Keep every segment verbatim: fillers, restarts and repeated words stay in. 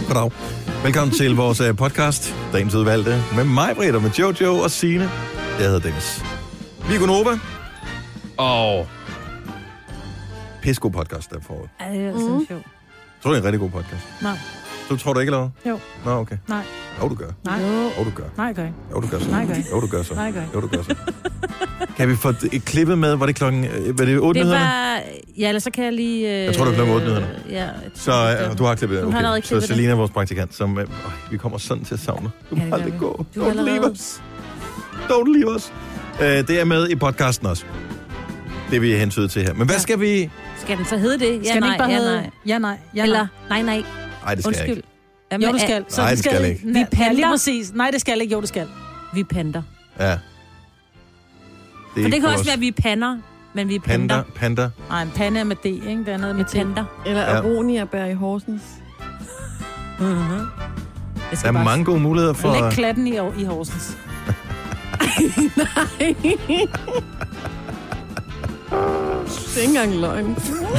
Goddag. Velkommen til vores uh, podcast, dagens udvalgte, med mig, Britt, og med Jojo og Signe. Jeg hedder Dennis. Vi er Gunova. Og pissegod podcast, der forud. Ja, det er sådan Mm. sjovt. Tror du, det er en rigtig god podcast? Nej. Du tror du ikke, eller hvad? Jo. Nå, okay. Nej. Jo, du gør. Nej. Jo, du gør. Nej, jeg gør ikke. Jo, du gør så. Nej, jeg gør ikke. Jo, du gør så. Nej, jeg gør ikke. Jo, du gør så. Kan vi få et klippet med, var det klokken, var det otte Det nyhederne? var... Ja, eller så kan jeg lige... Øh... Jeg tror, det var klokken otte nyhederne. Ja. Så øh, du har klippet det. Du har allerede Okay. Så klippet det. Selina er vores praktikant, som... Øh, vi kommer sådan til at savne. Du må Ja, det gør aldrig vi. gå. Du har Don't leave allerede- us. Don't leave us. Øh, det er med i podcasten også. Det vi er hentydet til her. Men hvad Ja. skal vi... Skal den så hedde det? Ja, Skal den nej, ikke bare ja, hedde... nej. Ja, nej. Ja, Eller, nej. nej, nej. Nej, det skal jeg Undskyld. ikke. Jamen, Jo, du er- skal. Så Nej, den det skal ikke. Vi Vi pander. Lige pander. præcis. Nej, det skal ikke. Jo, det skal. Vi pander. Ja. For det kan også være, at vi pander, men vi Panda, pander. panda. Nej, en pande er med D, ikke? Det andet er Vi med T. pander. Eller Ja. Aronia-bær i Horsens. Mm-hmm. Der Jeg skal er bare- mange gode muligheder for... Læg klatten i, i Horsens. Nej. Det er ikke engang løgn.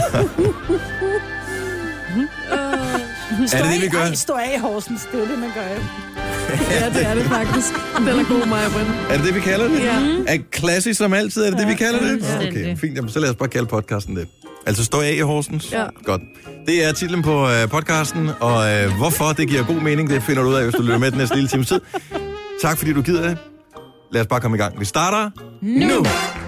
Er det det, vi gør? Ej, stå af i Horsens. Det er jo det, man gør. Ja, det er det faktisk. Den er god, Maja. Er det det, vi kalder det? Ja. Er klassisk som altid? Er det det, vi kalder det? Ja. Okay, fint. Jamen, så lad os bare kalde podcasten det. Altså, stå af i Horsens? Ja. Godt. Det er titlen på øh, podcasten, og øh, hvorfor det giver god mening, det finder du ud af, hvis du lytter med den næste lille times tid. Tak fordi du gider det. Lad os bare komme i gang. Vi starter nu. nu.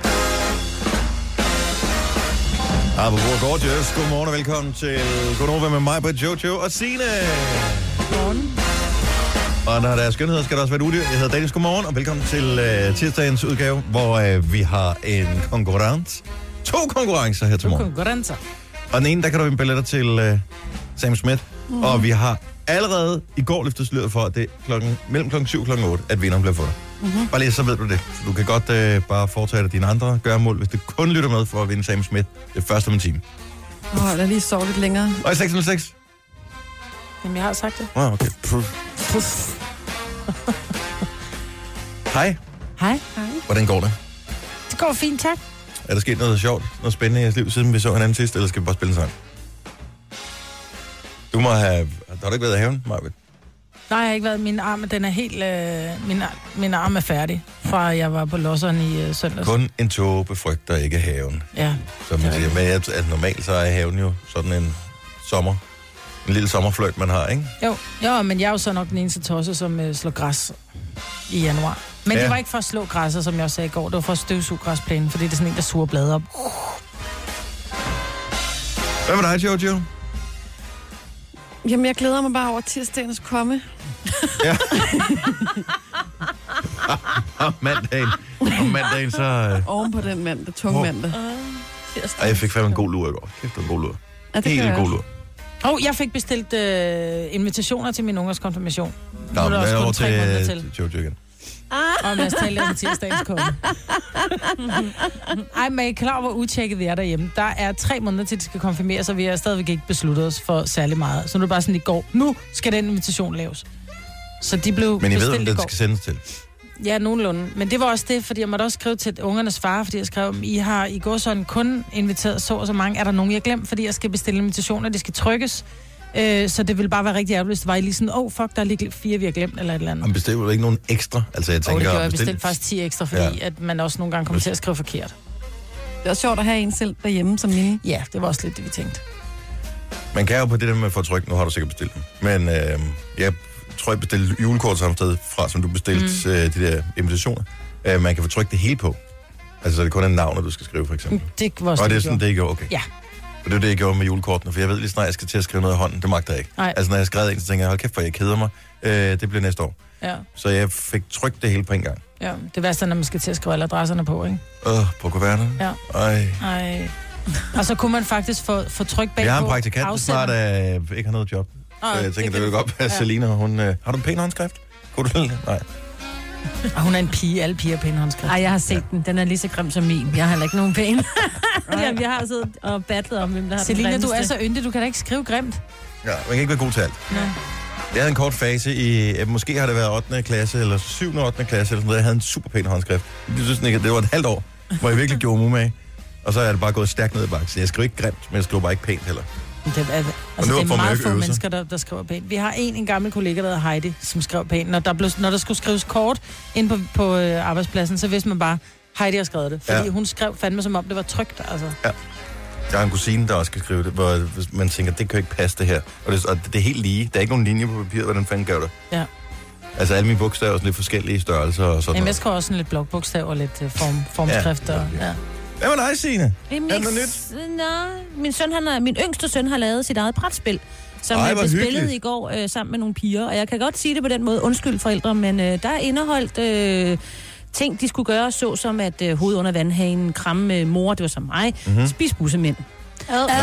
Apropos gorgeous. Godmorgen og velkommen til Godnova med mig, Britt, Jojo og Signe. Godmorgen. Og når der er skønheder, skal der også være et udyr. Jeg hedder Dennis. Godmorgen og velkommen til øh, tirsdagens udgave, hvor øh, vi har en konkurrence. To konkurrencer her til morgen. Konkurrencer. Og den ene, der kan du vinde billetter til øh, Sam Smith. Mm. Og vi har allerede i går løftet sløret for, at det er klokken, mellem klokken syv og klokken otte, at vinderen bliver fundet. Mm-hmm. Bare lige så ved du det. Så du kan godt øh, bare foretage dig dine andre gøremål, hvis du kun lytter med for at vinde Sam Smith. Det er først om en time. Åh, oh, lad lige sove lidt længere. Og i seks nul seks? Jamen, jeg har sagt det. Ah, okay. Puff. Hej. Hej. Hvordan går det? Det går fint, tak. Er der sket noget sjovt, noget spændende i jeres liv, siden vi så hinanden sidst, eller skal vi bare spille en sang? Du må have... Der har du ikke været i haven, Marvitt? Nej, jeg har ikke været. Min arm, den er helt... Øh, min, ar- min arm er færdig, fra jeg var på losseren i øh, søndags. Kun en tåbe frygter ikke haven, Ja. som man siger. Men at, at normalt så er haven jo sådan en sommer. En lille sommerfløjt, man har, ikke? Jo, jo, men jeg er jo så nok den eneste tosse, som øh, slår græs i januar. Men Ja. det var ikke for at slå græsser, som jeg også sagde i går. Det var for at støvsuge græsplænen, fordi det er sådan en, der suger blade op. Hvad med dig, Jojo? Jamen, jeg glæder mig bare over tirsdagens komme. Ja. Om mandagen. Om mandagen, så... Øh... Oven på den mandag, tung Hvor- mandag. Ej, jeg fik fandme en god lur i går. Kæft, det var en god lur. Ja, det Helt kan en jeg god også. lur. Og jeg fik bestilt øh, invitationer til min ungers konfirmation. Nå, Nu er men der også jeg er kun over tre måneder til, til. til Jojo igen. Og lad os tale lidt om tirsdagens komme. Ej, men jeg er klar over, hvor utjekket vi er derhjemme. Der er tre måneder til, det skal konfirmeres, og vi har stadigvæk ikke besluttet os for særlig meget. Så nu er det bare sådan i går. Nu skal den invitation laves. Så de blev Men I ved, bestilt hvem i det går. skal sendes til. Ja, nogenlunde. Men det var også det, fordi jeg måtte også skrive til ungernes far, fordi jeg skrev, I har i går sådan kun inviteret så og så mange. Er der nogen, jeg har glemt, fordi jeg skal bestille invitationer, de skal trykkes. Øh, så det ville bare være rigtig ærgerligt, hvis det var I lige sådan, åh, oh, fuck, der er lige fire, vi har glemt, eller et eller andet. Man bestiller jo ikke nogen ekstra. Altså, jeg Og tænker... det gjorde jeg bestil- bestilt faktisk ti ekstra, fordi Ja. ja. at man også nogle gange kommer til at skrive forkert. Det er også sjovt at have en selv derhjemme som mine. Ja, det var også lidt det, vi tænkte. Man kan jo på det der med at få tryk, nu har du sikkert bestilt dem. Men øh, jeg tror, jeg bestilte julekort samme sted fra, som du bestilte mm. øh, de der invitationer. Øh, man kan få tryk det hele på. Altså, så er det kun en navn, du skal skrive, for eksempel. Det var også Og det er vi sådan, gjorde. det jeg gjorde, okay. Ja. Og det er det, jeg gjorde med julekortene, for jeg ved lige snart, jeg skal til at skrive noget i hånden. Det magter jeg ikke. Nej. Altså, når jeg skrev ind, så tænker jeg, hold kæft, for jeg keder mig. Øh, det bliver næste år. Ja, Så jeg fik trykt det hele på en gang. ja. Det værste er, når man skal til at skrive alle adresserne på, ikke? Åh, på kuverterne. Ja. Ej. Ej. Og så kunne man faktisk få, få tryk bagpå. Jeg har en praktikant, der afsender. snart øh, ikke har noget job. Åh, Så jeg tænker, det, kan det vil du- godt passe. ja. Selina, hun... Øh, har du en pæn håndskrift? Kunne du lide det? Nej. Og hun er en pige. Alle piger er pæne håndskrift. Ej, jeg har set ja. den. Den er lige så grim som min. Jeg har heller ikke nogen pæne. Jamen, jeg har siddet og battlet om, hvem der har Selina, den du er grimmeste. så yndig. Du kan da ikke skrive grimt. Ja, man kan ikke være god til alt. Nej. Jeg havde en kort fase i, øh, måske har det været ottende klasse, eller syvende og ottende klasse, eller sådan noget. Jeg havde en super pæn håndskrift. Jeg synes ikke, at det var et halvt år, hvor jeg virkelig gjorde mig med. Og så er det bare gået stærkt ned i bakken. Så jeg skriver ikke grimt, men jeg skriver bare ikke pænt heller. Det er, altså, nu det får er man meget ikke få øve sig. mennesker, der, der skriver pænt. Vi har en, en gammel kollega, der hedder Heidi, som skrev pænt. Når der, blev, når der skulle skrives kort ind på, på øh, arbejdspladsen, så vidste man bare, Heidi har skrevet det. Fordi Ja. hun skrev fandme, som om det var trygt, altså. Ja. Jeg har en kusine, der også skal skrive det, hvor man tænker, det kan jo ikke passe det her. Og det, og det er helt lige. Der er ikke nogen linje på papiret, hvordan fanden gør det. Ja. Altså alle mine bogstaver er sådan lidt forskellige størrelser og sådan Jamen, jeg noget. skal også sådan lidt blokbogstav og lidt uh, form, formskrift. Ja, Og, ja. ja. Hvad med dig, Signe? Jamen, Er der ikke noget s- Nej, min, søn, han er, min yngste søn har lavet sit eget brætspil, som Ej, Ej, hvor blev spillet hyggeligt. i går øh, sammen med nogle piger. Og jeg kan godt sige det på den måde, undskyld forældre, men øh, der er indeholdt øh, ting, de skulle gøre, såsom at øh, hovedet under vandhanen, kramme øh, mor, det var som mig, mm-hmm. spise bussemænd. Ah, hvor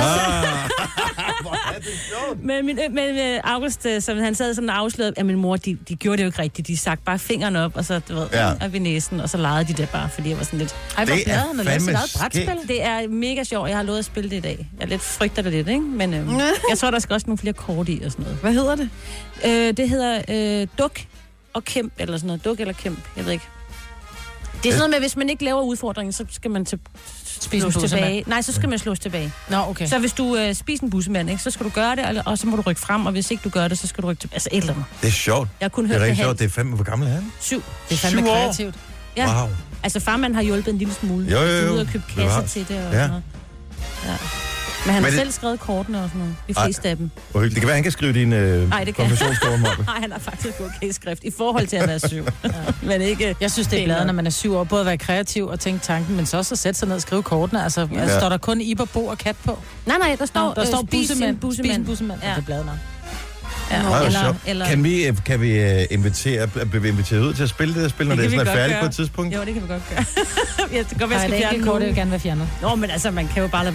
er det sjovt. Men, min, men øh, August, øh, som han sad sådan og afslørede, at min mor, de, de gjorde det jo ikke rigtigt. De sagde bare fingrene op, og så, du ved, Ja. ja. op i næsen, og så legede de det bare, fordi jeg var sådan lidt... Ej, hvor Det er glad, han har lavet sit fandme eget brætspil. skægt. Det er mega sjovt. Jeg har lovet at spille det i dag. Jeg er lidt frygter det lidt, ikke? Men øh, jeg tror, der skal også nogle flere kort i og sådan noget. Hvad hedder det? Øh, det hedder øh, duk og kæmp, eller sådan noget. Duk eller kæmp, jeg ved ikke. Det er sådan noget med, hvis man ikke laver udfordringen, så skal man til Spise en slås bussemand. tilbage. Nej, så skal man slås tilbage. Nå, okay. Så hvis du øh, spiser en bussemand, ikke, så skal du gøre det, eller- og så må du rykke frem, og hvis ikke du gør det, så skal du rykke tilbage. Altså et eller andet. Det er sjovt. Jeg har kun Det hørt er det, rigtig det sjovt. Det er fandme, hvor gammel er han? Syv. Det er fandme Syv år. kreativt. Ja. Wow. Altså farmand har hjulpet en lille smule. Jo, jo, De er jo. ude og købe Det var- kasser til det og Ja. sådan noget. Ja. Men han Men har det- selv skrevet kortene og sådan noget. De Ej. fleste af dem. Hvor hyggeligt. Det kan være, han kan skrive din øh, Nej, det kan konfirmationskort om det. Nej, han har faktisk okay skrift i forhold til at være syv. Ja. Men ikke... Jeg synes, det er glad, når man er syv år, både at være kreativ og tænke tanken, men så også at sætte sig ned og skrive kortene. Altså, ja. altså står der kun Iber, Bo og Kat på? Nej, nej, der står, Nå, der står øh, spis bussemand. en bussemand. Spis en bussemand. Ja. Ja. Det er bladet nok. Ja. Nej, hvor Eller, sjovt. eller, Kan vi, øh, kan vi uh, invitere, bliver vi inviteret ud til at spille det her spil, når Det det, kan det vi er godt færdigt gøre. på et tidspunkt? Jo, det kan vi godt gøre. ja, det kan godt være, Ej, jeg det skal er fjerne ikke kort, det nogen. vil gerne være fjernet. Nå, men altså, man kan jo bare lade...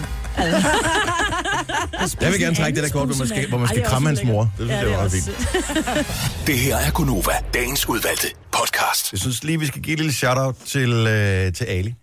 Altså, Jeg vil gerne trække det der kort, hvor man skal, hvor man skal kramme hans mor. Det synes ja, jeg var ret fint. fint. Det her er Gonova, dagens udvalgte podcast. Jeg synes lige, vi skal give et lille shout-out til, øh, til Ali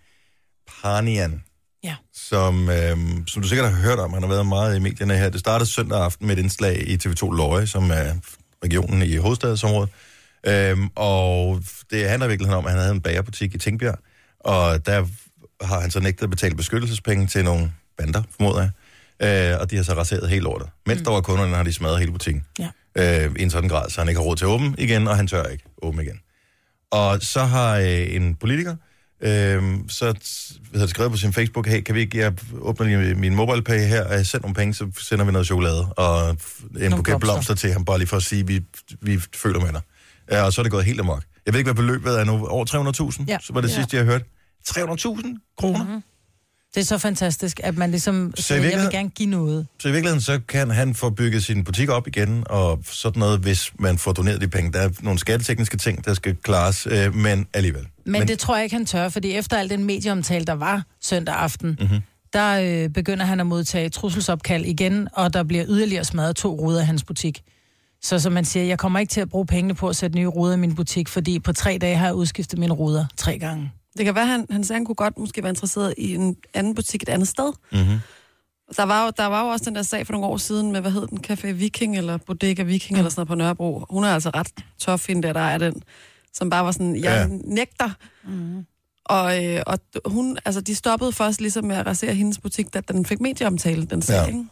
Parnian, Ja. som, øh, som du sikkert har hørt om. Han har været meget i medierne her. Det startede søndag aften med et indslag i T V to Løje, som er regionen i hovedstadsområdet. Øhm, og det handler virkelig om, at han havde en bagerbutik i Tingbjerg, og der har han så nægtet at betale beskyttelsespenge til nogle bander, formoder jeg. Øh, og de har så raseret helt lortet. Mens mm. der var kunderne, har de smadret hele butikken. Ja. Øh, I en sådan grad, så han ikke har råd til at åbne igen, og han tør ikke åbne igen. Og så har øh, en politiker øh, så havde skrevet på sin Facebook, hey, kan vi ikke, jeg åbner lige min MobilePay her, og jeg sender nogle penge, så sender vi noget chokolade og en buket blomster. blomster til ham, bare lige for at sige, at vi, vi føler med dig. Ja, og så er det gået helt amok. Jeg ved ikke, hvad beløbet er nu. Over tre hundrede tusind? Ja. Så var det Ja. sidste, jeg hørte. tre hundrede tusind kroner? Mm-hmm. Det er så fantastisk, at man ligesom Så i siger, jeg vil virkeligheden- gerne give noget. Så i virkeligheden, så kan han få bygget sin butik op igen, og sådan noget, hvis man får doneret de penge. Der er nogle skattetekniske ting, der skal klares, øh, men alligevel. Men, men det tror jeg ikke, han tør, fordi efter al den medieomtale, der var søndag aften, Mhm. mm-hmm. der øh, begynder han at modtage trusselsopkald igen, og der bliver yderligere smadret to ruder af hans butik. Så som man siger, jeg kommer ikke til at bruge pengene på at sætte nye ruder i min butik, fordi på tre dage har jeg udskiftet mine ruder tre gange. Det kan være, han, han sagde, han kunne godt måske være interesseret i en anden butik et andet sted. Mm-hmm. Der var, jo, der var jo også den der sag for nogle år siden med, hvad hed den, Café Viking eller Bodega Viking mm. eller sådan noget på Nørrebro. Hun er altså ret tof, hende der, der er den, som bare var sådan, jeg Ja. ja. nægter. Mm. Og, øh, og hun, altså de stoppede først ligesom med at rasere hendes butik, da den fik medieomtale, den sag, Ja. ja. ikke?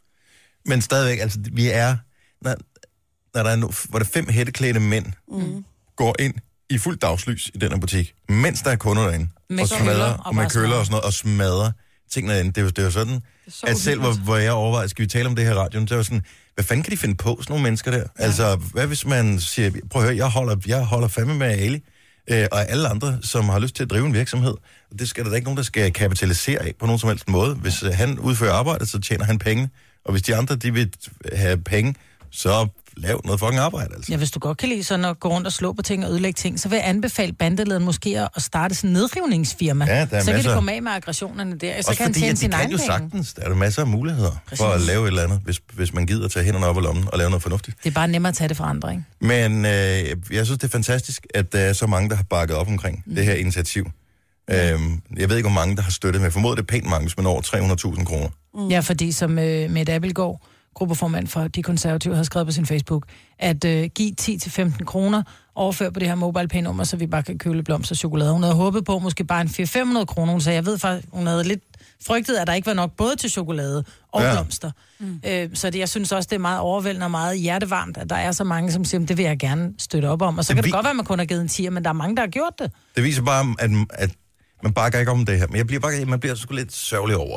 Men stadigvæk, altså, vi er... Når, når der er no, hvor der fem hætteklædte mænd mm. går ind i fuld dagslys i den her butik, mens der er kunder derinde, Med og køller smadrer, og og med bare køller smadrer. og sådan noget, og smadrer tingene derinde. Det er jo, det er jo sådan, så at selv hvor, uhyggeligt. hvor jeg overvejer, skal vi tale om det her i radioen, så er jo sådan, hvad fanden kan de finde på, sådan nogle mennesker der? Ja. Altså, hvad hvis man siger, prøv at høre, jeg holder, jeg holder fandme med Ali, øh, og alle andre, som har lyst til at drive en virksomhed. Og det skal der da ikke nogen, der skal kapitalisere af på nogen som helst måde. Hvis øh, han udfører arbejdet, så tjener han penge. Og hvis de andre, de vil have penge, så lav noget fucking arbejde, altså. Ja, hvis du godt kan lide sådan at gå rundt og slå på ting og ødelægge ting, så vil jeg anbefale bandelederen måske at starte sådan en nedrivningsfirma. Ja, der er så kan masser- de komme af med aggressionerne der, så Også kan han fordi, tjene at de sin kan egen jo penge. sagtens, der er der masser af muligheder Præcis. for at lave et eller andet, hvis, hvis man gider tage hænderne op af lommen og lave noget fornuftigt. Det er bare nemmere at tage det fra andre, ikke? Men øh, jeg synes, det er fantastisk, at der er så mange, der har bakket op omkring mm. det her initiativ. Mm. Øhm, jeg ved ikke, hvor mange, der har støttet, men jeg formoder, det er pænt mange, hvis man når over tre hundrede tusind kroner. Mm. Ja, fordi som øh, Mette Abildgaard, gruppeformand for De Konservative, har skrevet på sin Facebook, at øh, give ti til femten kroner, overfør på det her MobilePay-nummer, så vi bare kan køle blomster og chokolade. Hun havde håbet på måske bare en fire til fem hundrede kroner. Hun sagde, jeg ved faktisk, hun havde lidt frygtede, at der ikke var nok både til chokolade og Ja. blomster. Mm. Øh, så det, jeg synes også, det er meget overvældende og meget hjertevarmt, at der er så mange, som siger, det vil jeg gerne støtte op om. Og så Det kan det vi- godt være, at man kun har givet en tier, men der er mange, der har gjort det. Det viser bare, at, at man bakker ikke om det her. Men jeg bliver bare, man bliver sgu lidt sørgelig over,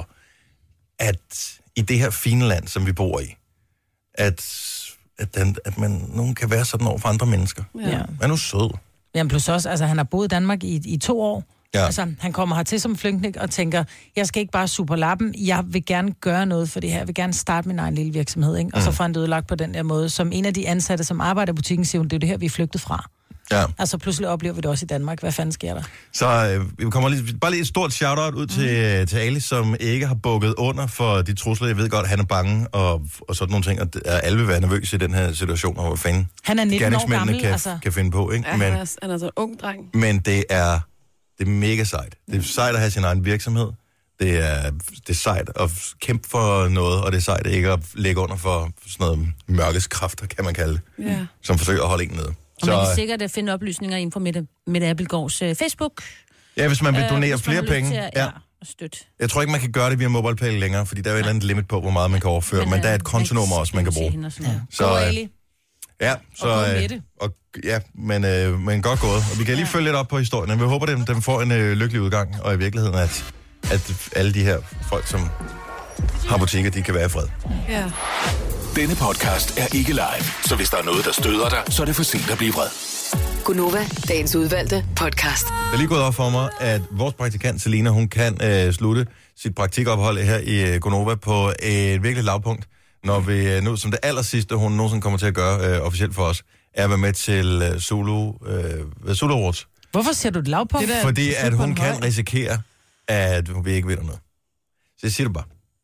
at i det her fine land, som vi bor i, at, at, den, at man, nogen kan være sådan over for andre mennesker. Ja. Ja. Man er nu sød. Jamen plus også, altså han har boet i Danmark i, i to år. Ja. Altså, han kommer hertil som flygtning og tænker, jeg skal ikke bare superlappen, jeg vil gerne gøre noget for det her, jeg vil gerne starte min egen lille virksomhed, ikke? Og så får han det ødelagt på den der måde. Som en af de ansatte, som arbejder i butikken, siger hun, det er det her, vi er flygtet fra. Ja. Altså pludselig oplever vi det også i Danmark. Hvad fanden sker der? Så øh, vi kommer lige, bare lige et stort shout-out ud til, mm. til Ali, som ikke har bukket under for de trusler. Jeg ved godt, han er bange og, og sådan nogle ting, og alle vil være nervøse i den her situation, og hvor fanden Han er nitten år gerningsmændene gammel, kan, altså. kan finde på. Ikke? Ja, Men, han, er, han er så en ung dreng. men det er, det er mega sejt. Det er sejt at have sin egen virksomhed. Det er, det er sejt at kæmpe for noget, og det er sejt ikke at lægge under for sådan noget mørkets kræfter, kan man kalde det, Ja. som forsøger at holde en nede. Og man kan sikkert uh, finde oplysninger inden for Mette, Mette Appelgaards uh, Facebook. Ja, hvis man vil Øh, donere hvis man flere har lyst penge. til at- Ja. Ja, og støtte. Jeg tror ikke, man kan gøre det via MobilePay længere, fordi der er jo et eller andet limit på, hvor meget man kan overføre, men, men der er et kontonummer også, man kan bruge. Ja. Så, God, øh, Ali. ja, så, Og god øh, Mette. og, ja, men, øh, men godt gået. Og vi kan lige følge lidt op på historien. Vi håber, at den får en øh, lykkelig udgang, og i virkeligheden, at, at alle de her folk, som har butikker, de kan være i fred. Ja. Denne podcast er ikke live, så hvis der er noget, der støder dig, så er det for sent at blive vred. Gunova, dagens udvalgte podcast. Det er lige gået op for mig, at vores praktikant Selina, hun kan øh, slutte sit praktikophold her i øh, Gonova på et virkelig lavpunkt, når vi øh, nu, som det aller sidste, hun nogensinde kommer til at gøre øh, officielt for os, er at være med til øh, Zulu, øh, Zulu Awards. Hvorfor ser du et lavpunkt? Det der- Fordi det er at på hun en kan høj. risikere, at vi ikke vinder noget. Så jeg siger det bare.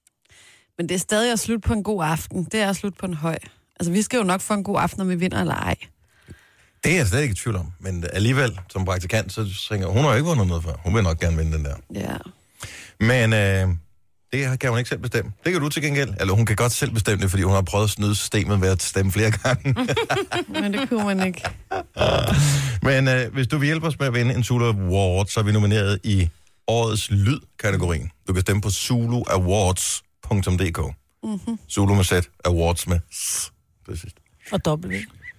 Men det er stadig at slutte på en god aften. Det er at slutte på en høj. Altså, vi skal jo nok få en god aften, om vi vinder eller ej. Det er jeg slet ikke i tvivl om. Men alligevel, som praktikant, så tænker jeg, hun har jo ikke vundet noget før. Hun vil nok gerne vinde den der. Ja. Men øh, det kan hun ikke selv bestemme. Det kan du til gengæld. Eller hun kan godt selv bestemme det, fordi hun har prøvet at snyde systemet ved at stemme flere gange. Men det kunne man ikke. Men øh, hvis du vil hjælpe os med at vinde en Zulu Award, så er vi nomineret i årets lyd-kategorien. Du kan stemme på zulu awards punktum d k. Mm-hmm. Zulu med Z, awards med S. Det er sidst. Og W.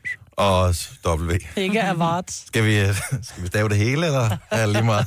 Og W. Ikke awards. Skal vi, øh, skal vi stave det hele, eller er det lige meget?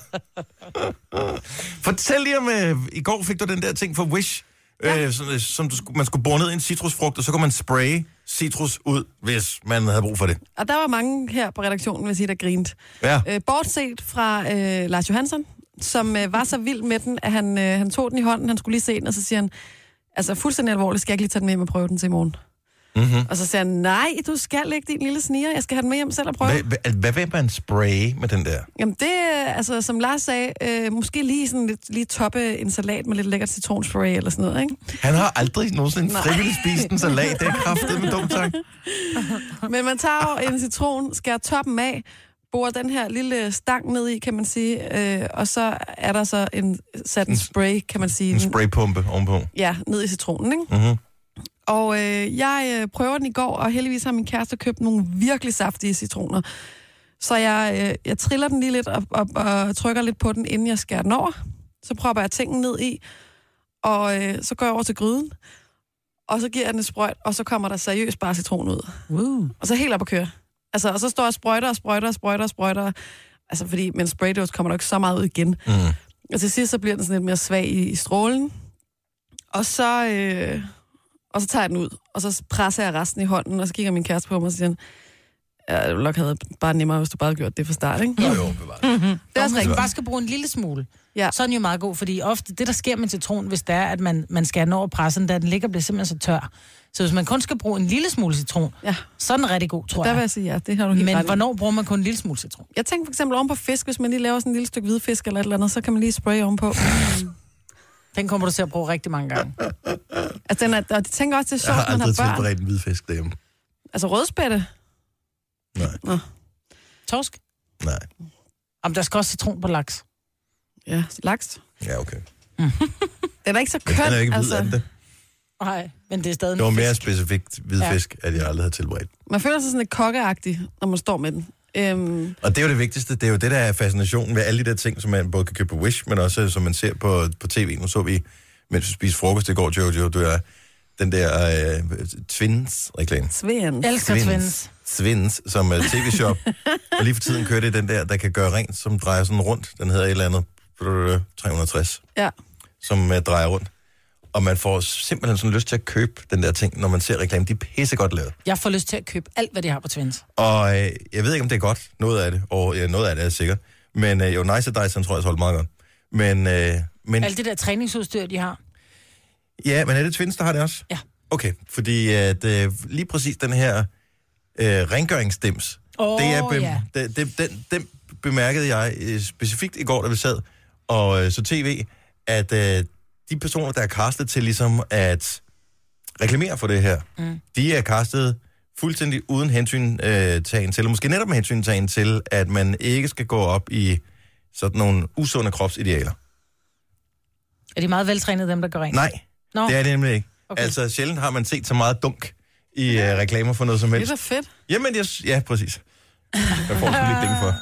Fortæl lige om, øh, i går fik du den der ting fra Wish, ja. øh, som, som du, skulle- man skulle bore ned i en citrusfrugt, og så kunne man spraye citrus ud, hvis man havde brug for det. Og der var mange her på redaktionen, vil sige, der grinte. Ja. Øh, bortset fra øh, Lars Johansson, som øh, var så vild med den, at han, øh, han tog den i hånden, han skulle lige se den, og så siger han, altså fuldstændig alvorligt, skal jeg ikke lige tage den med hjem og prøve den til i morgen? Mm-hmm. Og så siger han, nej, du skal ikke, din lille sniger, jeg skal have den med hjem selv og prøve. Hvad, hvad, hvad vil man spraye med den der? Jamen det, øh, altså som Lars sagde, øh, måske lige sådan lidt, lige toppe en salat med lidt lækkert citronspray eller sådan noget, ikke? Han har aldrig nogensinde frivilligt spist en salat. Det er kraftet med dumt tak. Men man tager jo en citron, skærer toppen af, borer den her lille stang ned i, kan man sige, øh, og så er der så en sat en spray, kan man sige. En spraypumpe ovenpå. Ja, ned i citronen, ikke? Mm-hmm. Og øh, jeg øh, prøver den i går, og heldigvis har min kæreste købt nogle virkelig saftige citroner. Så jeg, øh, jeg triller den lige lidt og, og, og trykker lidt på den, inden jeg skærer den over. Så propper jeg tingen ned i, og øh, så går jeg over til gryden, og så giver jeg den et sprøjt, og så kommer der seriøst bare citron ud. Woo. Og så helt op at køre. Altså, og så står jeg og sprøjter og sprøjter og sprøjter og sprøjter. Altså, fordi med en spraydose kommer der ikke så meget ud igen. Mm. Og til sidst, så bliver den sådan lidt mere svag i, i strålen. Og så, øh, og så tager jeg den ud, og så presser jeg resten i hånden, og så kigger min kæreste på mig og siger, ja, det ville nok have bare nemmere, hvis du bare havde gjort det fra start, ikke? Jo, jo, bevares. Det er også Hvis man rigtigt. bare skal bruge en lille smule, Ja. så er den jo meget god, fordi ofte det, der sker med citron, hvis det er, at man, man skal nå over pressen, da den ligger, bliver simpelthen så tør. Så hvis man kun skal bruge en lille smule citron, Ja. så er den rigtig god, tror Der vil jeg. jeg sige, ja, det har du helt Men ret i. hvornår bruger man kun en lille smule citron? Jeg tænker for eksempel oven på fisk, hvis man lige laver sådan en lille stykke hvidfisk eller et eller andet, så kan man lige spraye ovenpå. Den kommer du til at bruge rigtig mange gange. Altså, den er, og de tænker også, det er Jeg har sjovt, man har aldrig børn. tilberedt en hvid fisk derhjemme. Altså rødspætte. Nej, Torsk? nej. Om der skal også citron på laks. Ja, laks. Ja, okay. Den er ikke så Men køn, den er jo ikke hvid, altså. er den det? Nej, men det er stadig Det var en mere fisk. specifikt hvid Ja. fisk, at jeg aldrig havde tilberedt. Man føler sig sådan lidt kokkeagtig, når man står med den. Øhm, Og det er jo det vigtigste. Det er jo det, der er fascinationen ved alle de der ting, som man både kan købe på Wish, men også som man ser på, på tv. Nu så vi, mens vi spiste frokost i går, Jojo, du er den der uh, Twins-reklame. Svens. Elsker Twins. Twins, som uh, tv-shop. Og lige for tiden kører det den der, der kan gøre rent, som drejer sådan rundt. Den hedder et eller andet tre hundrede og tres, Ja. som uh, drejer rundt. Og man får simpelthen sådan lyst til at købe den der ting, når man ser reklame. De er pissegodt lavet. Jeg får lyst til at købe alt, hvad de har på Twins. Og øh, jeg ved ikke, om det er godt, noget af det, og ja, noget af det er sikkert. Men øh, jo, Nice Dyson tror jeg, så holdt meget godt. Men, øh, men Alt det der træningsudstyr, de har. ja, men er det Twins, der har det også? Ja. Okay, fordi at, øh, lige præcis den her øh, rengøringsdims, Åh, det er be- ja. det, det, den, den bemærkede jeg øh, specifikt i går, da vi sad og øh, så tv, at øh, de personer, der er castet til ligesom at reklamere for det her, mm. de er castet fuldstændig uden hensyn øh, tagen til, eller måske netop med hensyn tagen til, at man ikke skal gå op i sådan nogle usunde kropsidealer. Er de meget veltrænede, dem der går rent? Nej, Nå. det er det nemlig ikke. Okay. Altså, sjældent har man set så meget dunk i øh, reklamer for noget som Det helst. er da fedt. Jamen, jeg, ja, præcis. Jeg får sgu lidt penge for.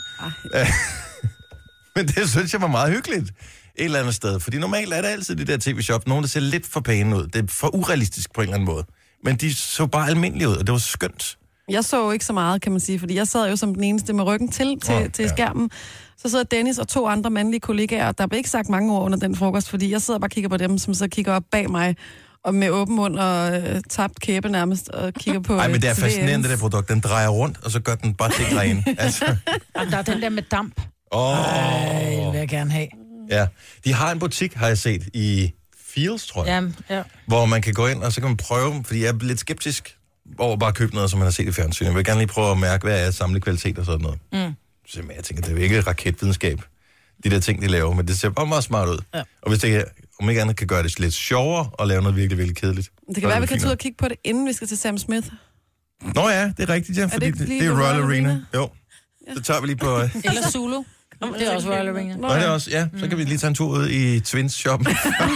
Men det synes jeg var meget hyggeligt. Et eller andet sted. Fordi normalt er der altid de der tv-shop, nogen der ser lidt for pæne ud. Det er for urealistisk på en eller anden måde. Men de så bare almindelige ud, og det var skønt. Jeg så jo ikke så meget, kan man sige, fordi jeg sad jo som den eneste med ryggen til, til, Åh, til ja. skærmen. Så sidder Dennis og to andre mandlige kollegaer, og der blev ikke sagt mange ord under den frokost, fordi jeg sidder bare og kigger på dem, som så kigger op bag mig, og med åben mund og øh, tabt kæbe nærmest, og kigger på... Nej, men det er øh, fascinerende, Twins. det der produkt. Den drejer rundt, og så gør den bare ting rene. Altså, Og der er den der med damp. åh, Ej, det vil jeg gerne have. ja. De har en butik, har jeg set, i Fields, tror jeg. Ja, ja. Hvor man kan gå ind, og så kan man prøve dem, fordi jeg er lidt skeptisk over bare at købe noget, som man har set i fjernsynet. Jeg vil gerne lige prøve at mærke, hvad er samlet kvalitet og sådan noget. Mm. Så jeg tænker, det er jo ikke raketvidenskab, de der ting, de laver, men det ser bare meget smart ud. Ja. Og hvis det om ikke andet kan gøre det lidt sjovere og lave noget virkelig, virkelig kedeligt. Det kan være, vi kan tage ud og kigge på det, inden vi skal til Sam Smith. Nå ja, det er rigtigt, ja, fordi det det, lige det er på Royal Royal Arena. Arena? Jo, så tager vi lige på... Eller Zulu. Det er også Royal Arena. Nå, det er også, ja, så kan vi lige tage en tur ud i Twins-shoppen.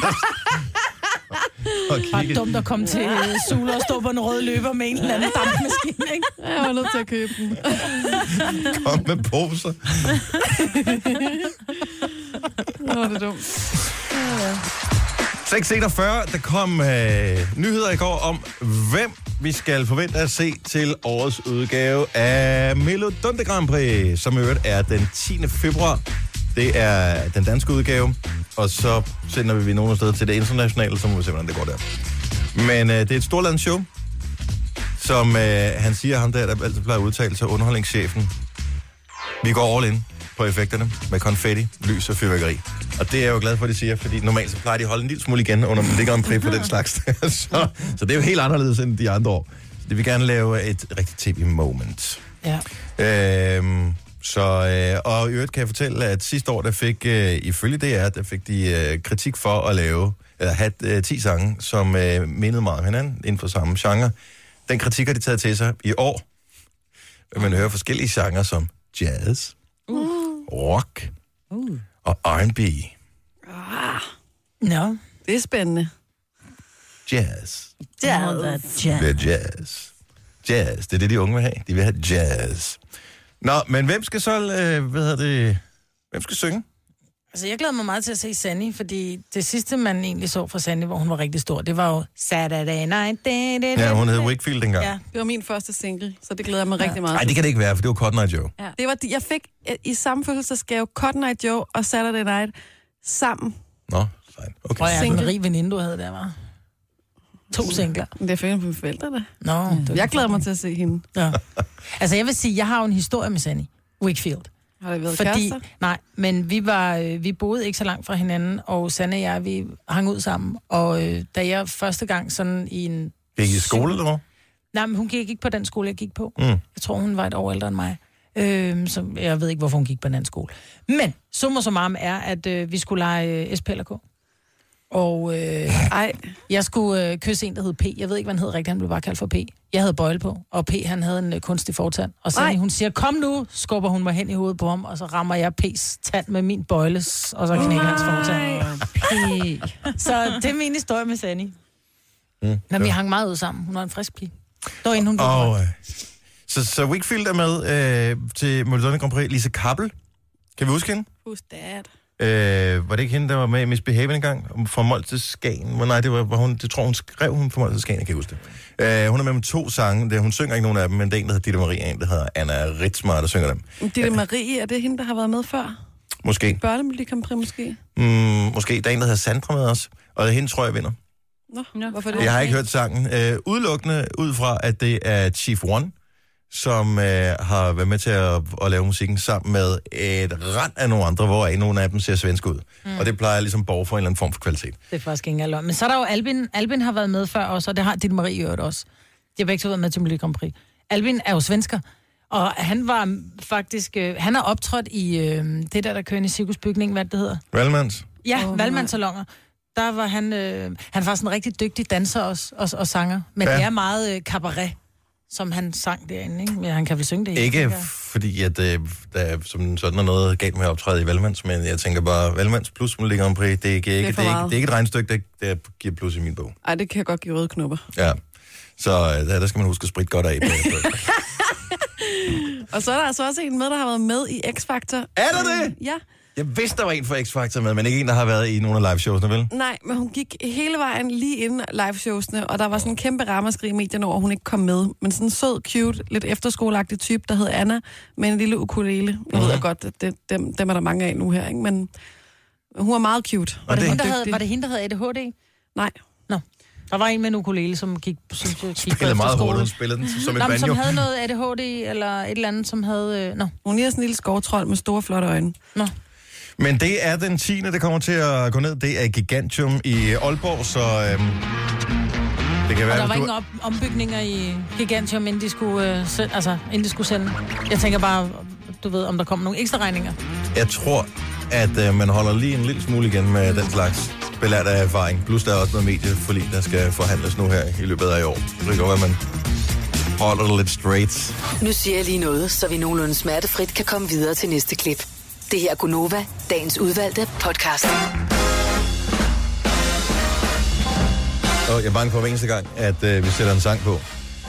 og Bare kigge. dumt at komme til Zulu og stå på en rød løber med en eller anden dampmaskine, ikke? Jeg var nødt til at købe den. Kom med poser. Nå, det er dumt. seks enogfyrre, der kom øh, nyheder i går om, hvem vi skal forvente at se til årets udgave af Melodunde Grand Prix, som i øvrigt er den tiende februar. Det er den danske udgave, og så sender vi nogle steder til det internationale, så må vi se, hvordan det går der. Men øh, det er et storlandsshow, som øh, han siger, ham der, der altid plejer at udtale sig, underholdningschefen. Vi går all in på effekterne med konfetti, lys og fyrværkeri. Og det er jeg jo glad for, at de siger, fordi normalt så plejer de at holde en lille smule igen, under man ligger en præg på den slags. så, så det er jo helt anderledes end de andre år. Så det vil gerne lave et rigtigt tv-moment. Ja. Øhm, så, øh, og i øvrigt kan jeg fortælle, at sidste år, der fik, øh, ifølge D R, der fik de øh, kritik for at lave, eller have øh, ti sange, som øh, mindede meget om hinanden inden for samme genre. Den kritik har de taget til sig i år. Man hører forskellige genrer som jazz, uh. rock uh. og R and B. Ah, Nå. det er spændende. Jazz. Jazz. Det er jazz. Jazz, det er det, de unge vil have. De vil have jazz. Nå, men hvem skal så, øh, hvad hedder det, hvem skal synge? Altså, jeg glæder mig meget til at se Sandy, fordi det sidste, man egentlig så fra Sandy, hvor hun var rigtig stor, det var jo Saturday Night. Da, da, da, Ja, hun hed Wakefield dengang. Ja. Det var min første single, så det glæder jeg mig ja. rigtig meget Nej, til. det kan det ikke være, for det var Cotton Eye Joe. Ja. Det var, jeg fik i samme fødselsdagsgave Cotton Eye Joe og Saturday Night sammen. Nå, sejt. Okay. Og jeg er en Single. rig veninde, du havde der, var. To singler. Men det er for mine forældre, da. Nå, det Jeg glæder mig til at se hende. Ja. Altså, jeg vil sige, jeg har jo en historie med Sandy Wakefield. Har det været Fordi, kærester? nej, men vi var, øh, vi boede ikke så langt fra hinanden, og Sanne og jeg, vi hang ud sammen. Og øh, da jeg første gang sådan i en... Gik I i skole, eller hvad? Nej, men hun gik ikke på den skole, jeg gik på. Mm. Jeg tror, hun var et år ældre end mig. Øh, så jeg ved ikke, hvorfor hun gik på en anden skole. Men summa summarum er, at øh, vi skulle lege øh, S P L K. Og øh, Ej, jeg skulle øh, kysse en, der hed P. Jeg ved ikke, hvad han hed rigtigt. Han blev bare kaldt for P. Jeg havde bøjle på, og P, han havde en øh, kunstig fortand. Og så hun siger, kom nu, skubber hun mig hen i hovedet på ham, og så rammer jeg P's tand med min bøjles, og så knækker hans fortand. P. Så det er min historie med Sandy. Mm, Men vi hang meget ud sammen. Hun var en frisk pige. Det var inden hun blev Og oh. øh, Så, så Wakefield er med øh, til Melodi Grand Prix. Lise Kappel, kan vi huske hende? Who's that? Øh, var det ikke hende, der var med i Misbehaving engang? Fra Mold til Skagen? Nej, det var, var hun, det tror hun skrev hun fra Mold til Skagen, jeg kan ikke huske det. Øh, hun er med med to sange. Det, hun synger ikke nogen af dem, men det er en, der hedder Ditte Marie, en, der hedder Anna Ritzmar, der synger dem. Ditte Marie, er det hende, der har været med før? Måske. Børnemelodi Grand Prix, måske? Mm, måske. Der er en, der hedder Sandra med os, og hende tror jeg vinder. Nå, Nå hvorfor det? Jeg har ikke hørt sangen. Øh, udelukkende ud fra, at det er Chief One, som øh, har været med til at, at lave musikken sammen med et rand af nogle andre, hvor nogle af dem ser svenske ud. Mm. Og det plejer ligesom borger for en eller anden form for kvalitet. Det er faktisk ikke engang. Men så er der jo Albin. Albin har været med før også, og det har Ditte Marie gjort også. De har begge så været med til Melodi Grand Prix. Albin er jo svensker, og han var faktisk... Øh, han har optrådt i øh, det der, der kører i cirkusbygningen, hvad det hedder? Valmands? Ja, oh, Valmandssalonger. Der var han... Øh, han var sådan en rigtig dygtig danser også, og, og sanger. Men ja. Det er meget øh, cabaret, som han sang derinde, ikke? Men han kan vel synge det. Ikke ikke fordi, at øh, der er som sådan er noget galt med at optræde i Valmands, men jeg tænker bare, Valmands plus Melodi Grand Prix, det er ikke, det er ikke, det er ikke, det er ikke et regnstykke, det, det giver plus i min bog. Ej, det kan jeg godt give røde knopper. Ja, så øh, der, der skal man huske at spritte godt af. Og så er der altså også en med, der har været med i X-Factor. Er der det? Ja. Jeg vidste, der var en fra X-Factor med, men ikke en, der har været i nogle af liveshowsene, vel? Nej, men hun gik hele vejen lige inden liveshowsene, og der var sådan en kæmpe ramaskrig i medierne over, at hun ikke kom med. Men sådan en sød, cute, lidt efterskoleagtig type, der hed Anna, med en lille ukulele. Jeg ved godt, at det, dem, dem er der mange af nu her, ikke? Men hun var meget cute. Var det, hende, der havde, var det hende, der havde A D H D? Nej. Nå. Der var en med en ukulele, som gik, som gik spillede meget hårdt, hun spillede den som en banjo. Som havde noget A D H D, eller et eller andet, som havde... Øh, nå. Hun er sådan en lille skovtrold med store, flotte øjne. Nå. Men det er den tiende det kommer til at gå ned. Det er Gigantium i Aalborg, så øhm, det kan være... Og der var du... ingen op- ombygninger i Gigantium, inden de skulle, øh, send, altså, inden de skulle sende. Jeg tænker bare, du ved, om der kommer nogle ekstra regninger. Jeg tror, at øh, man holder lige en lille smule igen med den slags belært af erfaring. Plus der er også noget medieforlig, der skal forhandles nu her i løbet af i år. Så det kan godt være, man holder det lidt straight. Nu siger jeg lige noget, så vi nogenlunde smertefrit kan komme videre til næste klip. Det her er Gunova, dagens udvalgte podcast. Og jeg er bange for hver eneste gang, at øh, vi sætter en sang på,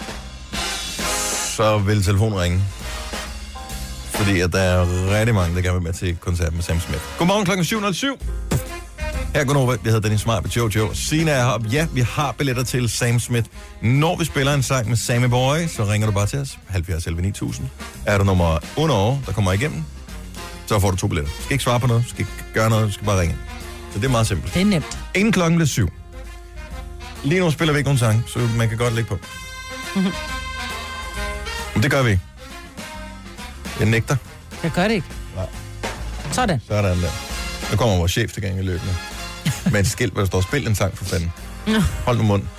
så vil telefonen ringe. Fordi at der er rigtig mange, der gerne vil med til koncert med Sam Smith. Godmorgen klokken syv nul syv. Her er Gunova, jeg hedder Dennis Smart med Jojo. Sina er heroppe. Ja, vi har billetter til Sam Smith. Når vi spiller en sang med Sammy Boy, så ringer du bare til os. halvfjerds elleve ni tusind. Er du nummer under år, der kommer igennem, så får du to billetter. Du skal ikke svare på noget, du skal ikke gøre noget, du skal bare ringe. Så det er meget simpelt. Det er nemt. Inden klokken bliver syv. Lige nu spiller vi ikke nogen sang, så man kan godt lægge på. Mm-hmm. Men det gør vi ikke. Jeg nægter. Jeg gør det ikke. Nej. Sådan. Sådan der. Nu kommer vores chef til gang i løbende. Med et skilt, hvor der står, spil en sang for fanden. Hold nu mund.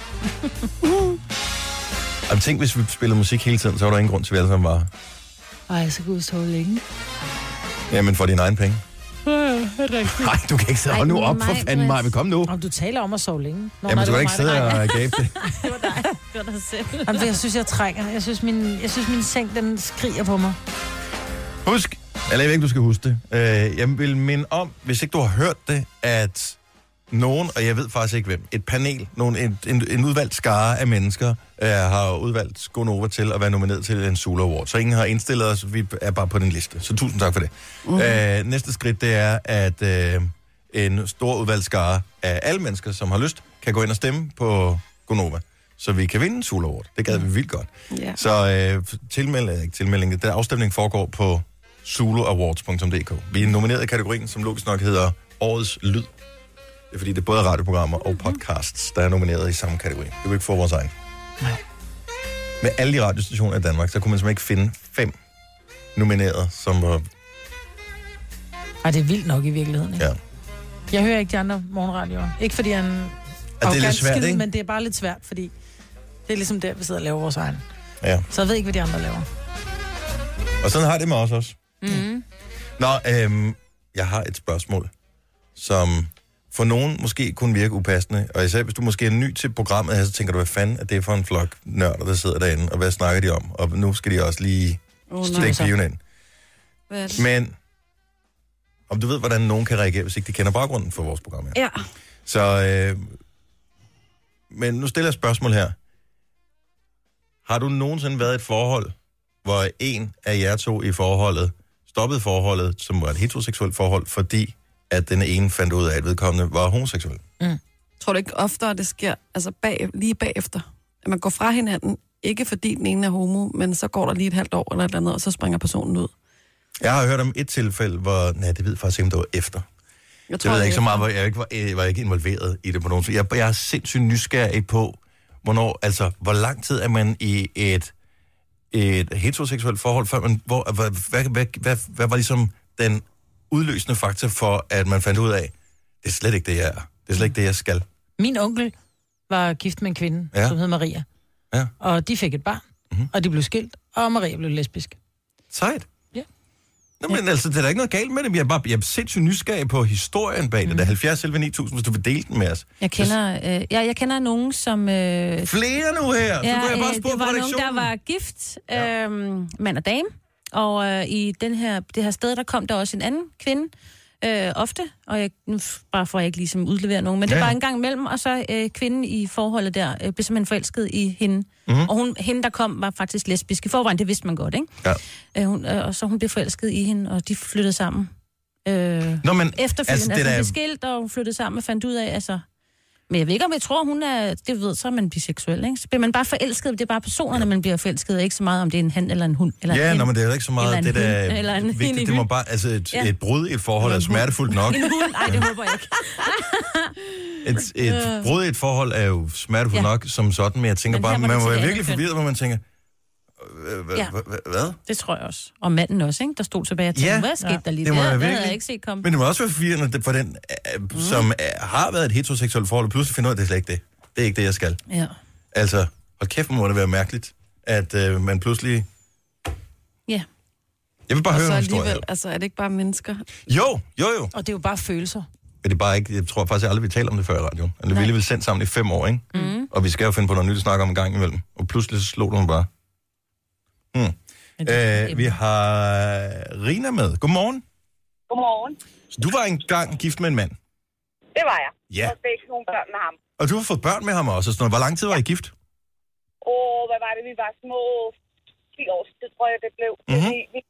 Og tænk, hvis vi spillede musik hele tiden, så var der ingen grund til, at vi alle sammen var. Ej, så kan vi sove længe. Jamen, for dine egen penge. Nej, du kan ikke sidde. Hold nu op for fanden, Maja. Vi kom nu. Om du taler om at sove længe. Nå, Jamen, du kan ikke sidde og gabe det. Det var dig. Det var dig selv. Jamen, jeg synes, jeg trænger. Jeg synes, min, jeg synes, min seng, den skriger på mig. Husk, eller jeg ved ikke, du skal huske det. Uh, jeg vil minde om, hvis ikke du har hørt det, at nogen, og jeg ved faktisk ikke hvem, et panel, nogen, en, en, en udvalgt skare af mennesker, uh, har udvalgt Gonova til at være nomineret til en Zulu Award. Så ingen har indstillet os, vi er bare på den liste. Så tusind tak for det. Mm. Uh, næste skridt, det er, at uh, en stor udvalgt skare af alle mennesker, som har lyst, kan gå ind og stemme på Gonova, så vi kan vinde en Zulu Award. Det gad vi vildt godt. Yeah. Så uh, tilmelding, ikke tilmelding, den afstemning foregår på zulu awards punktum d k. Vi er nomineret i kategorien, som logisk nok hedder Årets Lyd. Det er fordi, det er både radioprogrammer og podcasts, der er nomineret i samme kategori. Det vil ikke få vores egen. Nej. Med alle de radiostationer i Danmark, så kunne man simpelthen ikke finde fem nomineret, som var... Ej, det er vildt nok i virkeligheden, ikke? Ja. Jeg hører ikke de andre morgenradioer. Ikke fordi han er det lidt svært, skid, ikke? men det er bare lidt svært, fordi det er ligesom der, vi sidder og laver vores egen. Ja. Så jeg ved ikke, hvad de andre laver. Og sådan har det med os også. Mm. Nå, øhm, jeg har et spørgsmål, som for nogen måske kunne virke upassende, og især hvis du måske er ny til programmet her, så tænker du, hvad fanden er det for en flok nørder, der sidder derinde, og hvad snakker de om? Og nu skal de også lige oh, stikke piven ind. Hvad? Men om du ved, hvordan nogen kan reagere, hvis ikke de kender baggrunden for vores program her. Ja. Så, øh, men nu stiller jeg et spørgsmål her. Har du nogensinde været i et forhold, hvor en af jer to i forholdet stoppede forholdet, som var et heteroseksuelt forhold, fordi at den ene fandt ud af, at vedkommende var homoseksuel. Mm. Tror du ikke oftere, det sker altså bag, lige bagefter? At man går fra hinanden, ikke fordi den ene er homo, men så går der lige et halvt år eller et eller andet, og så springer personen ud. Jeg har hørt om et tilfælde, hvor... Nej, det ved faktisk ikke, om det var efter. Jeg tror, det ved jeg ikke så meget, hvor jeg ikke var, jeg var ikke involveret i det på nogen. Jeg, jeg er sindssygt nysgerrig på, hvornår, altså, hvor lang tid er man i et, et heteroseksuelt forhold, før man... Hvor, hvad, hvad, hvad, hvad, hvad var ligesom den udløsende faktor for, at man fandt ud af, det er slet ikke det, jeg er. Det er slet ikke det, jeg skal. Min onkel var gift med en kvinde, ja. som hed Maria. Ja. Og de fik et barn, mm-hmm. og de blev skilt, og Maria blev lesbisk. Sejt. Ja. Nå, men ja. altså, det er da ikke noget galt med det. Jeg er bare jeg er sindssygt nysgerrig på historien bag mm. det. Der er halvfjerds elleve ni tusind, hvis du vil dele den med os. Jeg kender, øh, jeg, jeg kender nogen, som... Øh, Flere nu her! Så ja, kunne jeg bare øh, spørge det var på nogen, der var gift, øh, ja. mand og dame. Og øh, i den her, det her sted, der kom der også en anden kvinde, øh, ofte. Og jeg, nu bare for at jeg ikke ligesom udlevere nogen, men det ja. var en gang imellem. Og så øh, kvinden i forholdet der, øh, blev simpelthen forelsket i hende. Mm-hmm. Og hun, hende, der kom, var faktisk lesbisk. I forvejen, det vidste man godt, ikke? Ja. Øh, hun, øh, og så hun blev forelsket i hende, og de flyttede sammen. Øh, Nå, men, efterfølgende, altså, altså hun der... blev skilt, og hun flyttede sammen og fandt ud af, altså... Men jeg ved ikke, om jeg tror, hun er... Det ved så, er man biseksuel, ikke? Så bliver man bare forelsket. Det er bare personerne, ja. man bliver forelsket, ikke så meget, om det er en han eller en hund. Eller ja, en, nå, men det er ikke så meget det, der er vigtigt. Det må bare... Altså, et, ja. et brud i et forhold er smertefuldt nok. En hund? Nej, det håber jeg ikke. et, et brud i et forhold er jo smertefuldt ja. nok som sådan, men jeg tænker men bare, man må være virkelig forvirret, hvor man tænker... Ja. Hvad? Det tror jeg også. Og manden også, ikke? Der stod tilbage og tænkte, ja. hvad skete ja. der lige det der? Det virkelig... havde jeg ikke set komme. Men det må også være forvirrende for den, mm. som har været et heteroseksuelt forhold, og pludselig finder ud af, at det er slet ikke det. Det er ikke det, jeg skal. Ja. Altså, hold kæft, må det være mærkeligt, at øh, man pludselig... Ja. Jeg vil bare og høre en historie. Altså, er det ikke bare mennesker? Jo, jo, jo. Og det er jo bare følelser. Men det er bare ikke... Jeg tror faktisk, jeg aldrig vi taler om det før i radioen. Altså, vi ville sendt sammen i fem år, ikke? Mm. Og vi skal jo finde på noget nyt at snakke om en gang imellem. Og pludselig så slog du mig bare. Hmm. Øh, vi har Rina med. Godmorgen. Godmorgen. Så du var engang gift med en mand? Det var jeg. Ja. Og fik nogle børn med ham. Og du har fået børn med ham også? Sådan noget. Hvor lang tid var I gift? Åh, hvad var det? Vi var små ti år, det tror jeg, det blev. Mm-hmm. Vi,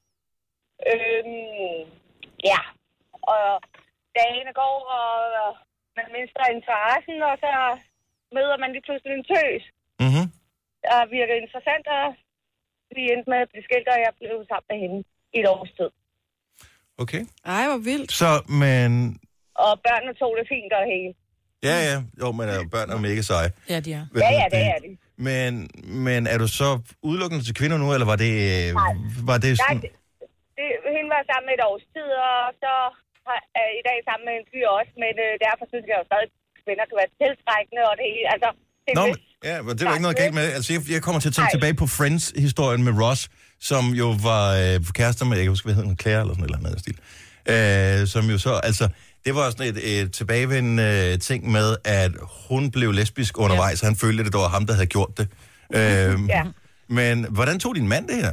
øhm, ja. Og dagene går, og man mister interessen, og så møder man lige pludselig en tøs. Mhm. Der virker interessant, og vi endte med at blive skilt, og jeg blev sammen med hende i et års tid. Okay. Ej, hvor vildt. Så, men... Og børnene tog det fint og hele. Ja, ja. Jo, men er børn er mega seje. Ja, de er. Ja, ja, det er de. Men, men er du så udelukkende til kvinder nu, eller var det... Nej. Var det sådan... Nej, det, det, hende var sammen med et års tid, og så er i dag sammen med en fyr også, men øh, derfor synes jeg jo stadig, at kvinder kan være tiltrækkende, og det hele, altså... Det Nå, men, ja, men det er jo ikke noget galt med det. Altså, jeg, jeg kommer til at tænke Ej. tilbage på Friends-historien med Ross, som jo var øh, kærester med, jeg kan huske, hvad hedder hun, Claire, eller sådan et eller andet stil. Øh, som jo så, altså, det var sådan et, et tilbagevendende øh, ting med, at hun blev lesbisk undervejs, ja. og han følte, at det var ham, der havde gjort det. Øh, ja. Men hvordan tog din mand det her?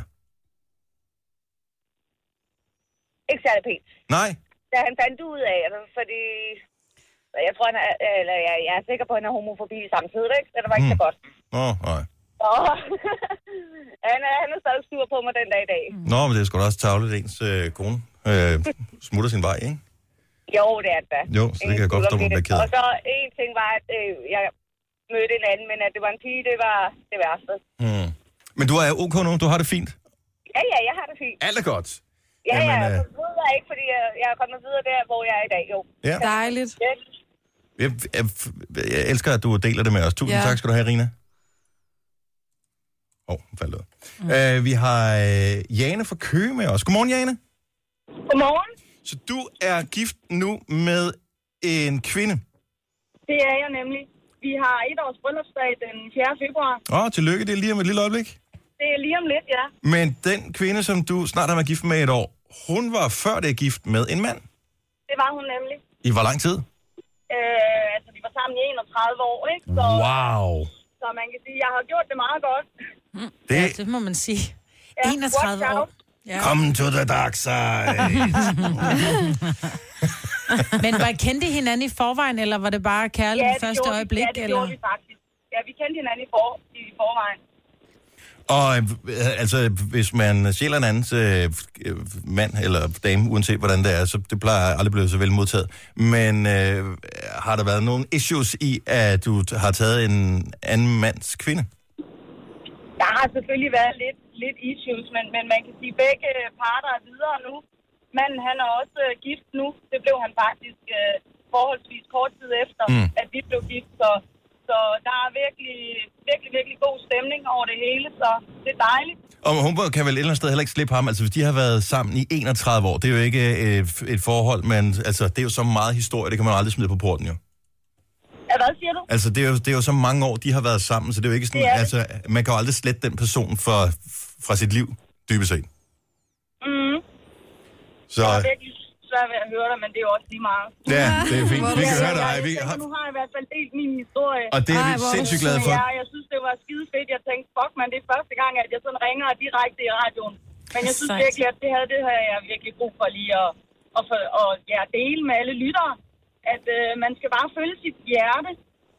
Ikke særlig pænt. Nej. Da han fandt ud af det, fordi... Jeg tror, han er, eller jeg, jeg er sikker på, at han er homofobi samtidig, ikke? Så det var ikke hmm. så godt. Åh, oh, nej. Og han, er, han er stadig sur på mig den dag i dag. Nå, men det er sgu da også tavligt, ens øh, kone øh, smutter sin vej, ikke? Jo, det er det da. Jo, så det kan jeg godt forstå, man bliver ked af. Og så en ting var, at øh, jeg mødte en anden, men at det var en pige, det var det værste. Hmm. Men du er ok nu? Du har det fint? Ja, ja, jeg har det fint. Alt er godt? Ja, Jamen, ja, øh... så ved jeg ikke, fordi jeg, jeg er kommet videre der, hvor jeg er i dag, jo. Ja. Dejligt. Yes. Jeg, jeg, jeg elsker, at du deler det med os. Tusind ja. tak skal du have, Rina. Åh, oh, faldt ud. Mm. Uh, vi har uh, Jane fra Køge med os. Godmorgen, Jane. Godmorgen. Så du er gift nu med en kvinde? Det er jeg nemlig. Vi har et års bryllupsdag den fjerde februar. Åh, oh, tillykke. Det er lige om et lille øjeblik. Det er lige om lidt, ja. Men den kvinde, som du snart har været gift med et år, hun var før det gift med en mand? Det var hun nemlig. I hvor lang tid? Øh, altså, vi var sammen i enogtredive år, ikke? Så, wow! Så man kan sige, at jeg har gjort det meget godt. Mm. Det... Ja, det må man sige. Ja, enogtredive år. Ja. Come to the dark side. Men var I kendte hinanden i forvejen, eller var det bare kærlighed ja, første øjeblik? Vi, ja, det eller? gjorde vi faktisk. Ja, vi kendte hinanden i, for, i forvejen. Og øh, altså, hvis man sjæler en andens øh, mand eller dame, uanset hvordan det er, så det plejer aldrig blevet så vel modtaget. Men øh, har der været nogle issues i, at du har taget en anden mands kvinde? Der har selvfølgelig været lidt, lidt issues, men, men man kan sige, at begge parter er videre nu. Manden, han er også øh, gift nu. Det blev han faktisk øh, forholdsvis kort tid efter, mm. at vi blev gift. Så, så der er virkelig, virkelig, virkelig god stemning over det hele, så det er dejligt. Og hun kan vel et eller andet sted heller ikke slippe ham. Altså, hvis de har været sammen i enogtredive år, det er jo ikke et, et forhold, men altså, det er jo så meget historie, det kan man aldrig smide på porten, jo. Ja, hvad siger du? Altså, det er, jo, det er jo så mange år, de har været sammen, så det er jo ikke sådan, det altså, man kan jo aldrig slette den person fra, fra sit liv, dybest set. Mhm. Så... Jeg er virkelig svært ved at høre dig, men det er jo også lige meget. Ja, det er fint. Vi kan høre dig. Vi har... Nu har jeg i hvert fald delt min historie. Og det er vi Ej, sindssygt glade for. Ja, jeg synes, det var skide fedt. Jeg tænkte, fuck man, det er første gang, at jeg sådan ringer direkte i radioen. Men jeg synes virkelig, at det havde, det havde jeg virkelig brug for lige at, at, for, at ja, dele med alle lyttere. At øh, man skal bare følge sit hjerte.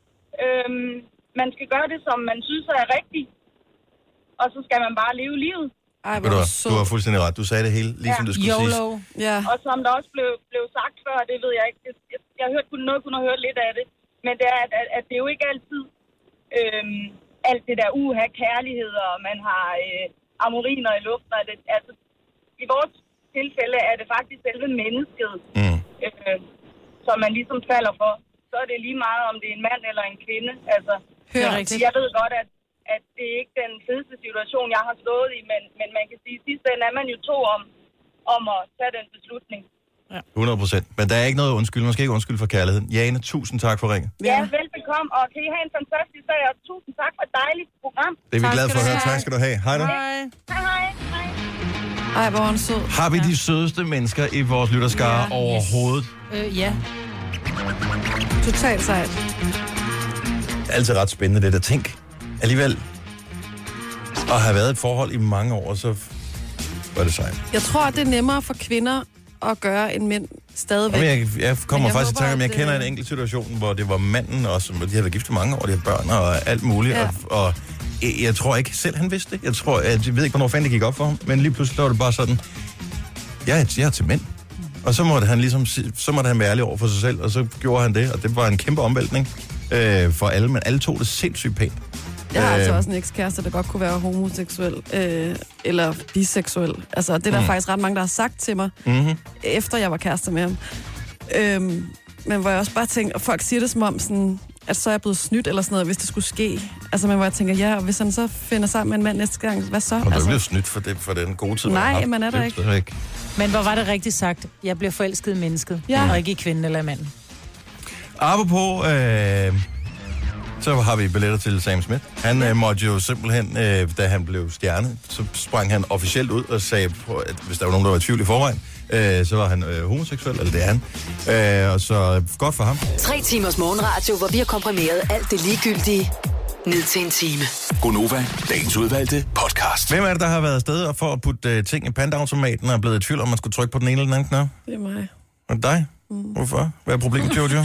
Øhm, man skal gøre det, som man synes er rigtigt. Og så skal man bare leve livet. Ej, du, har, du har fuldstændig ret. Du sagde det hele, ligesom ja. Det skulle YOLO. siges. Ja. Og som der også blev, blev sagt før, det ved jeg ikke. Det, jeg, jeg har hørt kun noget, kun har hørt lidt af det. Men det er, at, at, at det er jo ikke altid øhm, alt det der uha kærlighed, og man har øh, amoriner i luften. Og det, altså, i vores tilfælde er det faktisk selve mennesket, mm. øh, som man ligesom falder for. Så er det lige meget, om det er en mand eller en kvinde. Altså, Hør, jeg ved godt, at at det er ikke den fedeste situation, jeg har stået i, men, men man kan sige, at sidst er man jo to om, om at tage den beslutning. Ja. hundrede procent. Men der er ikke noget undskyld. Man skal ikke undskylde for kærligheden. Jane, tusind tak for ringen. Ja, ja velbekomme, og kan I have en fantastisk dag, og tusind tak for et dejligt program. Det er vi glade for at høre. Tak skal du have. Hej du. Hej. Hej, hej. Hej. Ej, hvor er hun sød. Har vi de sødeste mennesker i vores lytterskare Ja. overhovedet? Øh, ja. Totalt sejt. Det er altid ret spændende det der. Tænk alligevel at have været et forhold i mange år, så var det sejt. Jeg tror, at det er nemmere for kvinder at gøre end mænd stadigvæk. Jamen, jeg, jeg kommer jeg faktisk håber, i tanke om, jeg at, kender øh... en enkelt situation, hvor det var manden også, de har været gift i mange år, de har børn og alt muligt, Ja. og, og jeg, jeg tror ikke selv, han vidste det. Jeg tror, at, jeg ved ikke, hvornår fanden det gik op for ham, men lige pludselig var det bare sådan, jeg, jeg er til mænd. Og så måtte han ligesom, så måtte han være ærlig over for sig selv, og så gjorde han det, og det var en kæmpe omvæltning øh, for alle, men alle tog det sindssygt pænt. Jeg har Øh. altså også en ekskæreste, der godt kunne være homoseksuel øh, eller biseksuel. Altså, det er der Mm. faktisk ret mange, der har sagt til mig, Mm-hmm. efter jeg var kæreste med ham. Øhm, men hvor jeg også bare tænker, og folk siger det som om, sådan, at så er jeg blevet snydt eller sådan noget, hvis det skulle ske. Altså, men hvor jeg tænker, ja, og hvis han så finder sammen med en mand næste gang, hvad så? Og du er altså, blevet snydt for, det, for den gode tid, Nej, man har haft. man er der Det ikke. stadigvæk. Men hvor var det rigtigt sagt? Jeg bliver forelsket i mennesket, Ja. og ikke i kvinden eller i manden. Apropos, øh, så har vi billetter til Sam Smith. Han øh, måtte jo simpelthen, øh, da han blev stjerne, så sprang han officielt ud og sagde, at hvis der var nogen, der var i tvivl i forvejen, øh, så var han øh, homoseksuel, eller det er han. Øh, og så godt for ham. Tre timers morgenradio, hvor vi har komprimeret alt det ligegyldige ned til en time. Gonova, dagens udvalgte podcast. Hvem er det, der har været afsted for at putte øh, ting i pantautomaten og er blevet i tvivl om, man skulle trykke på den ene eller den anden knap? Det er mig. Er det dig? Mm. Hvorfor? Hvad er problemet, Jojo?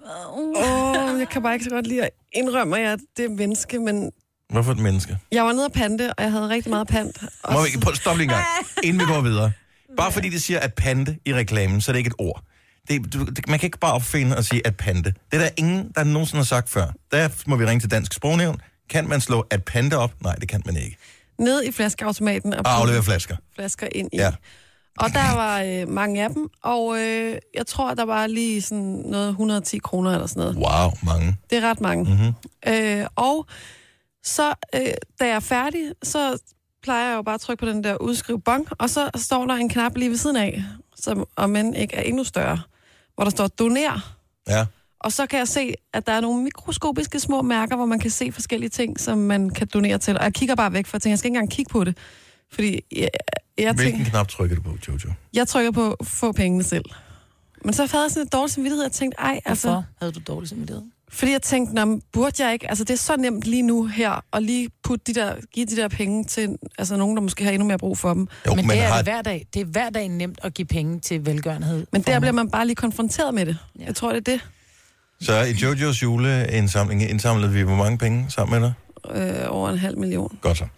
Åh, oh, jeg kan bare ikke så godt lide at indrømme, at jeg er det menneske, men Hvorfor et menneske? jeg var nede at pante, og jeg havde rigtig meget pant. Og Må vi ikke stoppe lige en gang, inden vi går videre. Bare fordi det siger at pante i reklamen, så er det ikke et ord. Det, du, det, man kan ikke bare opfinde og sige at pante. Det er der ingen, der nogensinde har sagt før. Der må vi ringe til Dansk Sprognævn. Kan man slå at pante op? Nej, det kan man ikke. ned i flaskeautomaten og Og putte aflevere flasker. flasker ind i. Ja. Og der var øh, mange af dem, og øh, jeg tror, der var lige sådan noget et hundrede og ti kroner eller sådan noget. Wow, mange. Det er ret mange. Mm-hmm. Øh, og så, øh, da jeg er færdig, så plejer jeg jo bare at trykke på den der udskriv bong, og så står der en knap lige ved siden af, som om end ikke er endnu større, hvor der står doner. Ja. Og så kan jeg se, at der er nogle mikroskopiske små mærker, hvor man kan se forskellige ting, som man kan donere til. Og jeg kigger bare væk, for jeg tænker, jeg skal ikke engang kigge på det. Fordi jeg, jeg Hvilken tænker, knap trykker du på, Jojo? jeg trykker på få pengene selv. Men så havde jeg sådan et dårligt samvittighed, og jeg tænkte, ej, altså... Hvorfor havde du dårlig samvittighed? Fordi jeg tænkte, nå, burde jeg ikke... Altså, det er så nemt lige nu her, at lige putte de der, give de der penge til altså, nogen, der måske har endnu mere brug for dem. Jo, Men det er har... det hver dag. Det er hver dag nemt at give penge til velgørenhed. Men der bliver man bare lige konfronteret med det. Ja. Jeg tror, det er det. Så i Jojos juleindsamling indsamlede vi hvor mange penge sammen med dig? Øh, over en halv million. Godt så.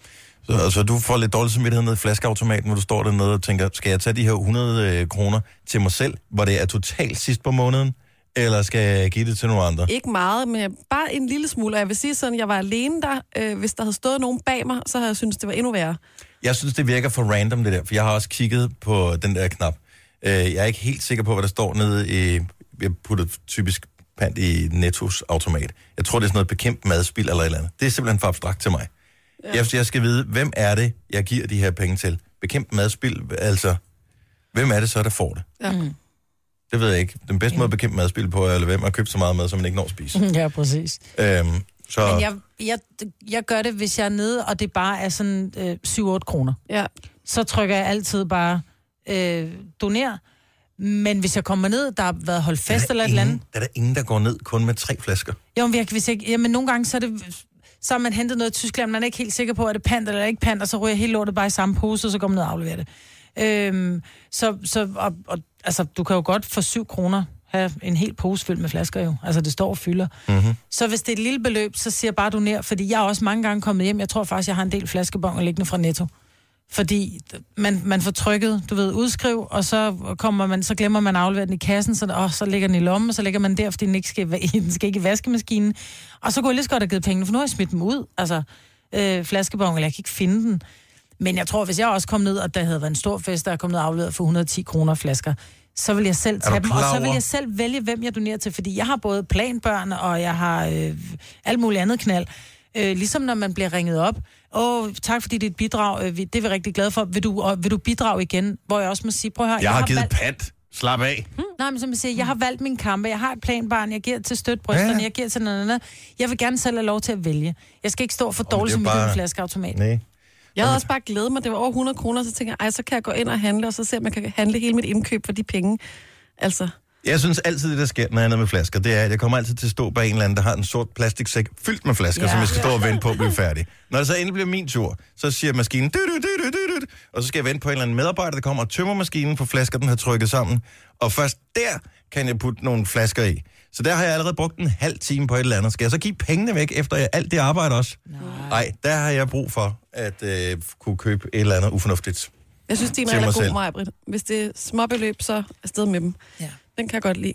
Så, så du får lidt dårlig samvittighed nede i flaskeautomaten, hvor du står dernede og tænker, skal jeg tage de her hundrede øh, kroner til mig selv, hvor det er totalt sidst på måneden, eller skal jeg give det til nogle andre? Ikke meget, men bare en lille smule. Og jeg vil sige sådan, at jeg var alene der. Øh, hvis der havde stået nogen bag mig, så havde jeg syntes, det var endnu værre. Jeg synes, det virker for random, det der, for jeg har også kigget på den der knap. Øh, jeg er ikke helt sikker på, hvad der står nede i... Jeg putter typisk pant i Nettos automat. Jeg tror, det er sådan noget bekæmpt madspil eller et eller andet. Det er simpelthen for abstrakt til mig. Ja. Jeg, jeg skal vide, hvem er det, jeg giver de her penge til? Bekæmpt madspil, altså... Hvem er det så, der får det? Ja. Mm. Det ved jeg ikke. Den bedste ja. måde at bekæmpe madspil på er at lade være med at købe så meget mad, som man ikke når at spise. Ja, præcis. Øhm, så... Men jeg, jeg, jeg gør det, hvis jeg er nede, og det bare er sådan øh, syv otte kroner. Ja. Så trykker jeg altid bare øh, doner. Men hvis jeg kommer ned, der har været holdt fest eller et eller andet... Der er der ingen, der går ned kun med tre flasker. Jo, men hvis jeg, jamen, nogle gange så er det... Så har man hentet noget i Tyskland, man er ikke helt sikker på, er det pant eller ikke pant, og så ryger hele lortet bare i samme pose, og så går man ned og afleverer det. Øhm, så, så og, og, altså, du kan jo godt for syv kroner have en hel pose fyldt med flasker jo. Altså, det står og fylder. Mm-hmm. Så hvis det er et lille beløb, så siger jeg bare doner, fordi jeg er også mange gange kommet hjem. Jeg tror faktisk, jeg har en del flaskebonger liggende fra Netto. Fordi man, man får trykket, du ved, udskriv, og så kommer man, så glemmer man at aflevere den i kassen, så, åh, så ligger den i lommen, og så ligger man der, fordi den ikke skal, den skal ikke i vaskemaskinen. Og så kunne jeg lige så godt have givet pengene, for nu har jeg smidt dem ud. Altså, øh, flaskebong, eller jeg kan ikke finde den. Men jeg tror, hvis jeg også kom ned, og der havde været en stor fest, og jeg kom ned og afleveret for et hundrede og ti kroner flasker, så vil jeg selv tage dem, og så vil jeg selv vælge, hvem jeg donerer til, fordi jeg har både planbørn, og jeg har øh, alt muligt andet knald. Øh, ligesom når man bliver ringet op. Åh, tak fordi dit bidrag, øh, det er vi rigtig glade for. Vil du, og, vil du bidrage igen? Hvor jeg også må sige, prøv at høre. Jeg, jeg har, har givet valgt... pant. Slap af. Hmm? Nej, men som jeg siger, jeg har valgt min kampe. Jeg har et planbarn, jeg giver til støtbrysterne, ja. Jeg giver til noget andet. Jeg vil gerne selv have lov til at vælge. Jeg skal ikke stå for dårligt som bare... i den flaskeautomat. Nej. Jeg havde også bare glædet mig, det var over hundrede kroner, så tænker jeg, ej, så kan jeg gå ind og handle, og så se, om jeg kan handle hele mit indkøb for de penge. Altså... Jeg synes altid, det der sker, når jeg er nede med flasker, det er, at jeg kommer altid til at stå bag en eller anden, der har en sort plastiksæk fyldt med flasker, ja. Som jeg skal stå og vente på at blive færdig. Når det så endelig bliver min tur, så siger maskinen, du, du, du, du, du, og så skal jeg vente på en eller anden medarbejder, der kommer og tømmer maskinen for flasker, den har trykket sammen. Og først der kan jeg putte nogle flasker i. Så der har jeg allerede brugt en halv time på et eller andet. Skal jeg så give pengene væk efter alt det arbejde også? Nej, der har jeg brug for at øh, kunne købe et eller andet ufornuftigt. Jeg synes, det er en rigtig god, Maj-Brit. Hvis det er småbeløb, så afsted med dem. Ja. Den kan jeg godt lide.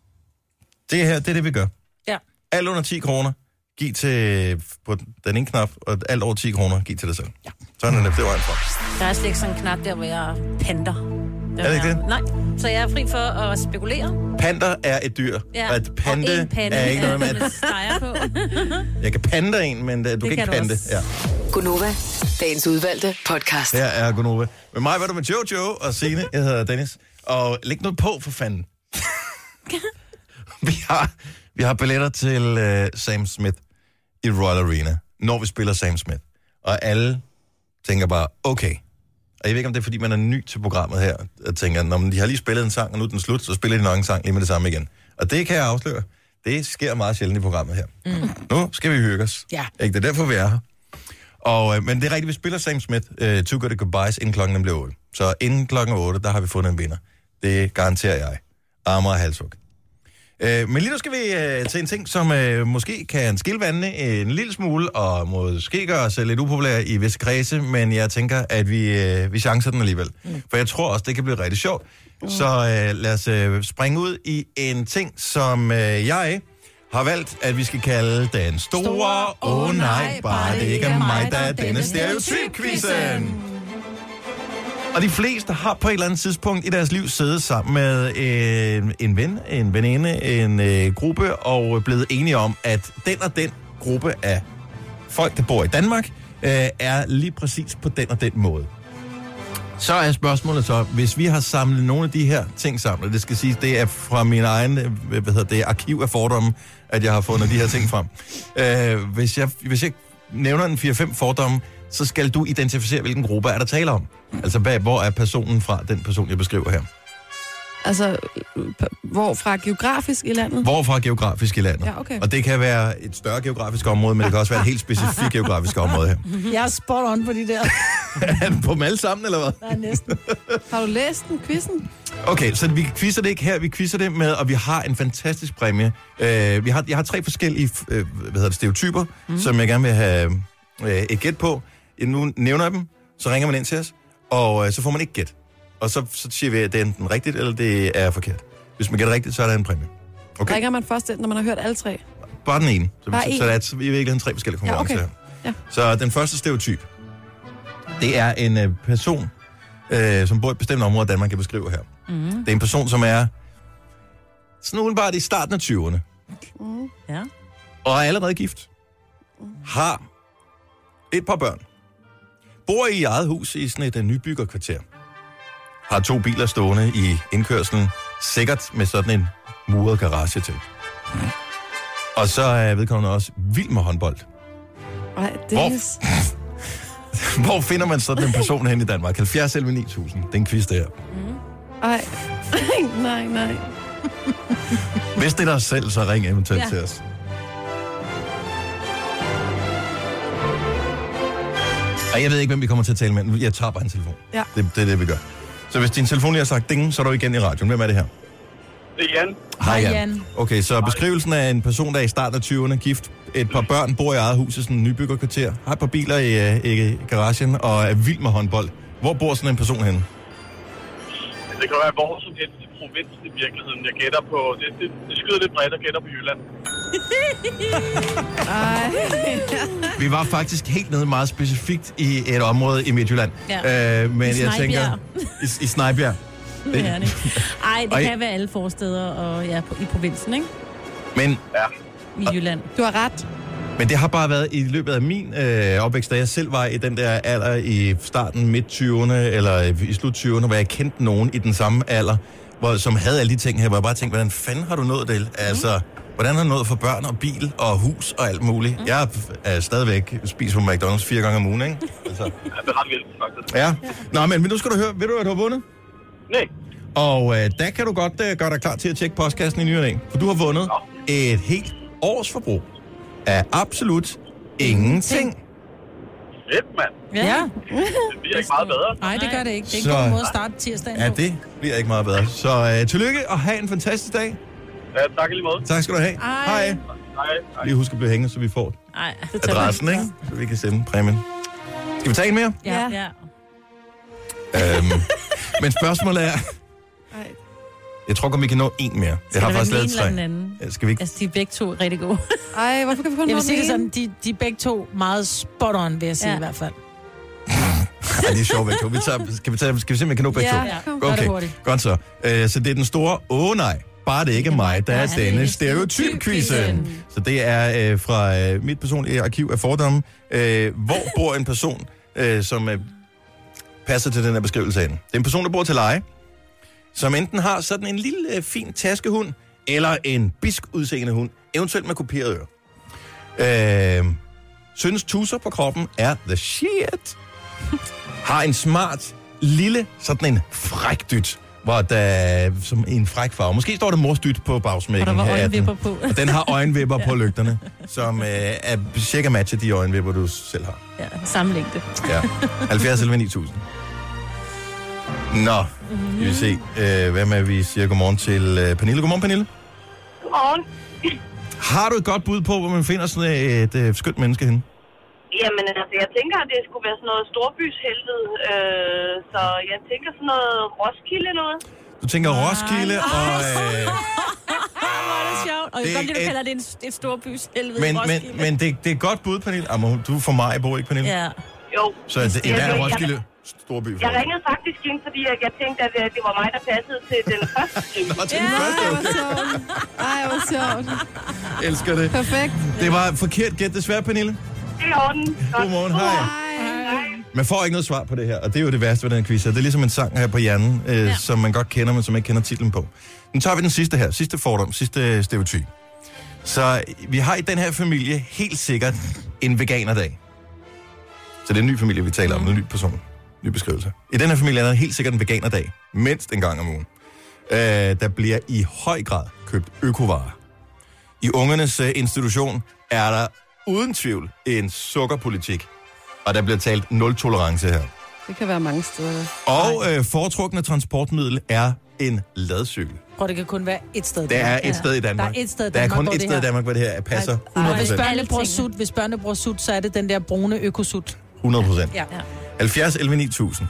Det her, det er det, vi gør. Ja. Alt under ti kroner, giv til på den ene knap, og alt over ti kroner, giv til dig selv. Ja. Sådan er det, det var en for. Der er slet ikke sådan en knap der, hvor jeg panter. Er det ikke det? Nej, så jeg er fri for at spekulere. Panter er et dyr, ja. og et pande og pande er ikke noget med at... på. Jeg kan pande en, men du det kan ikke pande. Ja. Gunova, dagens udvalgte podcast. Her er Gunova. Med mig var du med Jojo og Signe. Jeg hedder Dennis. Og læg noget på, for fanden. vi, har, vi har billetter til uh, Sam Smith i Royal Arena, når vi spiller Sam Smith. Og alle tænker bare, okay. Og jeg ved ikke, om det er, fordi man er ny til programmet her, og tænker, når de har lige spillet en sang, og nu er den slut, så spiller de nok en sang lige med det samme igen. Og det kan jeg afsløre. Det sker meget sjældent i programmet her. Mm. Nu skal vi hygge os. Ja. Ikke? Det er derfor, vi er her. Og, øh, men det er rigtigt, vi spiller Sam Smith, uh, Two Good Goodbyes, inden klokken bliver otte. Så inden klokken otte, der har vi fundet en vinder. Det garanterer jeg. Armer og halshug. Øh, men lige nu skal vi øh, til en ting, som øh, måske kan skille vandene en lille smule, og måske gøre os lidt upopulære i visse kredse, men jeg tænker, at vi, øh, vi chancer den alligevel. Mm. For jeg tror også, det kan blive rigtig sjovt. Mm. Så øh, lad os øh, springe ud i en ting, som øh, jeg har valgt, at vi skal kalde den store, åh oh, nej, bare det ikke er mig, der er denne stereotyp-quizzen. Og de fleste har på et eller andet tidspunkt i deres liv siddet sammen med en, en ven, en veninde, en øh, gruppe, og blevet enige om, at den og den gruppe af folk, der bor i Danmark, øh, er lige præcis på den og den måde. Så er spørgsmålet så, hvis vi har samlet nogle af de her ting sammen, og det skal sige, det er fra min egen hvad hedder det, arkiv af fordomme, at jeg har fundet de her ting frem. Øh, hvis, jeg, hvis jeg nævner en fire fem fordomme, så skal du identificere, hvilken gruppe er der taler om. Altså, hvad, hvor er personen fra, den person, jeg beskriver her? Altså, hvorfra geografisk i landet? Hvorfra geografisk i landet. Ja, okay. Og det kan være et større geografisk område, men det kan også være et helt specifikt geografisk område her. Jeg er spot on på de der. På dem alle sammen, eller hvad? Nej, næsten. Har du læst den, quizzen? Okay, så vi quizzer det ikke her, vi quizzer det med, og vi har en fantastisk præmie. Uh, vi har, jeg har tre forskellige uh, hvad hedder det, stereotyper, mm. som jeg gerne vil have uh, et gæt på. nu nævner jeg dem, så ringer man ind til os, og øh, så får man ikke gæt. Og så, så siger vi, at det er enten rigtigt, eller det er forkert. Hvis man gætter rigtigt, så er der en præmie. Okay. Ringer man først ind, når man har hørt alle tre? Bare den ene. Så, Bare så, så der er i virkeligheden tre forskellige konkurrencer ja, her. okay. Ja. Så den første stereotyp, det er en øh, person, øh, som bor i et bestemt område, Danmark kan beskrive her. Mm. Det er en person, som er sådan udenbart i starten af tyverne. Mm. Ja. Og er allerede gift. Har et par børn. Bor i eget hus i sådan et uh, nybyggerkvarter. Har to biler stående i indkørslen. Sikkert med sådan en muret garage til. Mm. Og så er vedkommende også vild med håndbold. Ej, det Hvor, er... hvor finder man sådan en person hen i Danmark? halvfjerds elleve ni tusind. Det er en quiz, det her. Mm. Ej, nej, nej. Hvis det er dig selv, så ring eventuelt ja. til os. Ej, jeg ved ikke, hvem vi kommer til at tale med. Jeg tager bare en telefon. Ja. Det, det er det, vi gør. Så hvis din telefon lige har sagt ding, så er du igen i radioen. Hvem er det her? Det er Jan. Hej Jan. Okay, så beskrivelsen af en person, der er i starten af tyverne, gift, et par børn, bor i eget hus i sådan en nybyggerkvarter, har et par biler i, i garagen og er vild med håndbold. Hvor bor sådan en person henne? Det kan være hvor som helst i provinsen i virkeligheden. Jeg gætter på... Det, det, det skyder lidt bredt og gætter på Jylland. Vi var faktisk helt nede meget specifikt i et område i Midtjylland. Ja. Øh, men I jeg tænker... I, i Snejbjerg. Det er det. Ej, det kan være alle forsteder og ja, på, i provinsen, ikke? Men... Ja. I Jylland. Du har ret. Men det har bare været i løbet af min øh, opvækst, da jeg selv var i den der alder i starten, midt tyverne, eller i slut tyverne, hvor jeg kendte nogen i den samme alder, hvor, som havde alle de ting her, hvor jeg bare tænkte, hvordan fanden har du nået det? Altså, hvordan har du nået for børn og bil og hus og alt muligt? Mm. Jeg er stadigvæk spiser på McDonald's fire gange om ugen, ikke? Altså. Ja, det er ret vildt, faktisk. Ja. Nå, men nu skal du høre, ved du, at du har vundet? Nej. Og øh, der kan du godt øh, gøre dig klar til at tjekke postkassen i ny og næ, for du har vundet ja. et helt års forbrug af absolut ingenting. Fedt, mand. Ja. Det bliver ikke meget bedre. Nej, det gør det ikke. Det er en Så, god måde at starte tirsdagen på. Ja, det bliver ikke meget bedre. Så øh, tillykke og have en fantastisk dag. Ja, tak i lige måde. Tak skal du have. Ej. Hej. Hej. Lige husk at blive hængende, så vi får Ej, adressen, ikke? Så vi kan sende præmien. Skal vi tage en mere? Ja. ja. Øhm, men spørgsmålet er... Jeg tror godt, vi kan nå en mere. Jeg har faktisk lavet tre. Ja, skal vi ikke? Altså, de er begge to rigtig gode. Ej, hvorfor kan vi kun Jeg nå vil sige det en? sådan, de, de er begge to meget spot on, vil jeg sige ja. i hvert fald. Ej, det er sjovt begge to. Vi tager, skal, vi tage, skal vi se, om vi kan nå begge Ja, to? ja. Gør Okay, det hurtigt. godt så. Uh, så det er den store, åh oh, nej, bare det ikke er mig, der er denne stereotyp-quizzen. Så det er uh, fra uh, mit personlige arkiv af fordomme. Uh, hvor bor en person, uh, som uh, passer til den her beskrivelse af den? Det er en person, der bor til leje, som enten har sådan en lille, uh, fin taskehund, eller en bisk udseende hund, eventuelt med kuperet øre. Uh, synes tusser på kroppen er the shit. Har en smart, lille, sådan en fræk dyt, hvor der som en fræk farve. Måske står der mors dyt på bagsmækken. Og der var her øjenvipper den. på. Og den har øjenvipper ja. på lygterne, som øh, er cirka matcher de øjenvipper, du selv har. Ja, samme længde. Ja, halvfjerds elleve ni tusind. Nå, mm-hmm. vi vil se, øh, hvad med at vi siger godmorgen til øh, Pernille. Godmorgen, Pernille. Godmorgen. Har du et godt bud på, hvor man finder sådan et øh, skønt menneske henne? Jamen, altså, jeg tænker, at det skulle være sådan noget storbyshelvede, øh, så jeg tænker sådan noget Roskilde noget. Du tænker Roskilde og... Øh, Hvor er det sjovt. Og jeg Det kan godt lide, er du et- kalder det en, et storbyshelvede men, i men, Roskilde. men det, det er et godt bud, Pernille. Jamen, du får mig, bor ikke, Pernille? Ja. Jo. Så det, det er Jeg- Roskilde storby for Jeg dig. ringede faktisk ind, fordi jeg, jeg tænkte, at øh, det var mig, der passede til den første skrive. Nå, til den første, Ej, hvor okay. sjovt. Ej, hvor sjovt. Elsker det. Perfekt. Det var forkert gæt, desværre, Pernille. Det er orden. Godt. Godmorgen, hej. Hej. Man får ikke noget svar på det her, og det er jo det værste ved den her quiz. Det er ligesom en sang her på hjernen, øh, ja. som man godt kender, men som man ikke kender titlen på. Nu tager vi den sidste her, sidste fordom, sidste stereotyp. Så vi har i den her familie helt sikkert en veganerdag. Så det er en ny familie, vi taler om, en ny person, ny beskrivelse. I den her familie er der helt sikkert en veganerdag, mindst en gang om ugen. Øh, der bliver i høj grad købt økovarer. I ungernes øh, institution er der uden tvivl en sukkerpolitik, og der bliver talt nul-tolerance her. Det kan være mange steder. Og øh, foretrukne transportmiddel er en ladcykel. Prøv, det kan kun være et sted. Der er et sted i Danmark. Der er et sted i Der er Danmark, kun hvor et det sted i her- Danmark, hvor det her passer Og hundrede hvis procent. børnene bruger Alle sut, hvis børnene bruger sut, så er det den der brune økosut. hundrede procent. Ja. halvfjerds elleve ni tusind.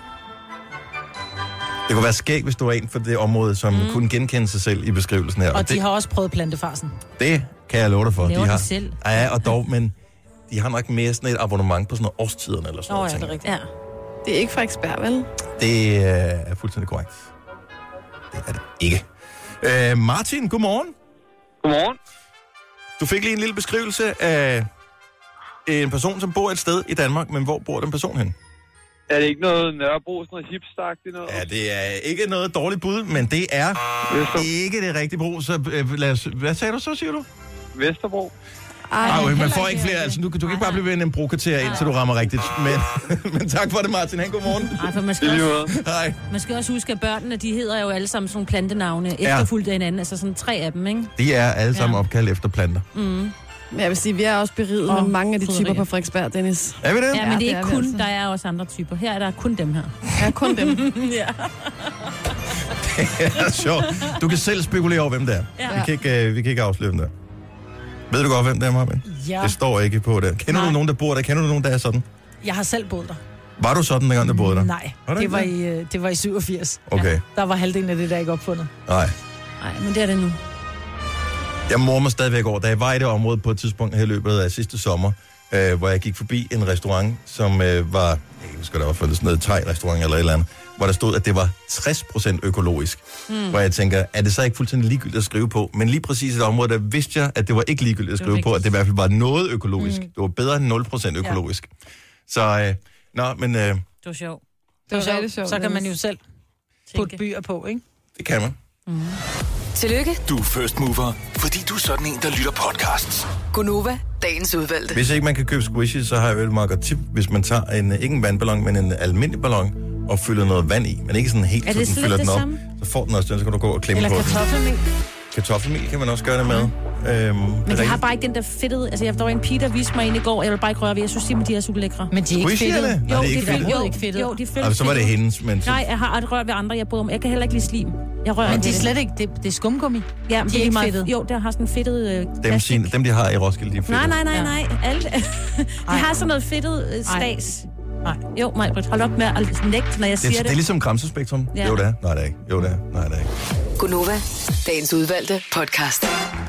Det kunne være skægt, hvis du var en for det område, som mm. kunne genkende sig selv i beskrivelsen her. Og, og de det, har også prøvet plantefarsen. Det kan jeg love dig for. Laver de har, de selv. Ja, og dog, men de har nok mere sådan et abonnement på sådan noget årstiderne eller sådan Åh, noget. ja, det er rigtigt. Ja. Det er ikke fra ekspert, vel? Det øh, er fuldstændig korrekt. Det er det ikke. Øh, Martin, godmorgen. Godmorgen. Du fik lige en lille beskrivelse af en person, som bor et sted i Danmark, men hvor bor den person hen? Er det ikke noget Nørrebro, sådan noget hipstagtigt noget? Ja, det er ikke noget dårligt bud, men det er ikke det rigtige brug. Så øh, lad os, hvad sagde du så, siger du? Vesterbro. Ej, Ej, man får ikke flere. Altså, du, du kan ikke bare blive ved en brokater ind, så du rammer rigtigt. Men, men tak for det, Martin. Han, godmorgen. Ej, for man skal, også, Hej. man skal også huske, at børnene, de hedder jo alle sammen sådan nogle plantenavne, efterfulgt af hinanden. Altså sådan tre af dem, ikke? De er alle sammen Ja. opkaldt efter planter. Mm. Men jeg vil sige, vi er også beriget Og med mange af de krydderier. typer på Frederiksberg, Dennis. Er vi det? Ja, men det er Ja, ikke det er vi kun, altså. der er også andre typer. Her er der kun dem her. Ja, kun dem. Ja. Det er sjovt. Du kan selv spekulere over, hvem det er. Ja. Vi, kan ikke, uh, vi kan ikke afsløre dem der. Ved du godt, hvem det er, Marvin? Ja. Det står ikke på det. Kender Nej. du nogen, der bor der? Kender du nogen, der er sådan? Jeg har selv boet der. Var du sådan, dengang du boede der? Nej, Var du det ikke var, det? i, øh, det var i syvogfirs. Okay. Der var halvdelen af det, der ikke opfundet. Nej. Nej, men det er det nu. Jeg mormer stadigvæk over, da jeg var i det område på et tidspunkt her i løbet af sidste sommer, øh, hvor jeg gik forbi en restaurant, som øh, var, jeg husker, der var sådan noget thai-restaurant eller et eller andet, hvor der stod, at det var tres procent økologisk. Mm. Hvor jeg tænker, er det så ikke fuldstændig ligegyldigt at skrive på? Men lige præcis et område, der vidste jeg, at det var ikke ligegyldigt at skrive på, at det i hvert fald var noget økologisk. Mm. Det var bedre end nul procent økologisk. Ja. Så, øh, nå, men øh, Det var sjovt. Det var rigtig sjovt. sjovt, Så kan man jo Dennis. selv putte byer på, ikke? det kan man. Tillykke, Du er first mover, fordi du er sådan en, der lytter podcasts. Gunova, dagens udvalgte. Hvis ikke man kan købe squishy, så har jeg vel et meget godt tip, hvis man tager en, ikke en vandballon, men en almindelig ballon, og fylder noget vand i, men ikke sådan helt, Er så det den slet fylder det den op. samme? Så får den også den, så kan du gå og klemme Eller på den. kartoffelmel. Kartoffelmel kan man også gøre det med. Øhm, Men de har bare ikke den der fedtede... Altså, jeg, der var en pige, der viste mig en i går, jeg vil bare ikke røre ved. Jeg synes simpelthen, de er super lækre. Men de er ikke Squishy'erne? fedtede. Nej, Jo, det er ikke det er fedtet. jo, ikke fedtet. Jo, de er fedtet. Altså, så var det hendes, men... Så... Nej, jeg har aldrig rørt ved andre. Jeg bryder om. Jeg kan heller ikke lide slim. Jeg rører Men ved de er det. slet ikke... Det, det er skumgummi. Ja, men de det er ikke meget- fedtede. Jo, der har sådan en fedtet øh, Dem, plastik. sine, dem, de har i Roskilde, de er fedtet. Nej, nej, nej, Ja. nej. Alle, de Ej. har sådan noget fedtet øh, Ej. stas. Nej. Jo, Maj-Brit, hold op med at nægte, når jeg Det, siger er, det. det er ligesom Gramsespektrum. Ja. Jo, det er. Nej, det er ikke. Jo, det er. Nej, det er ikke. Gunova, dagens udvalgte podcast.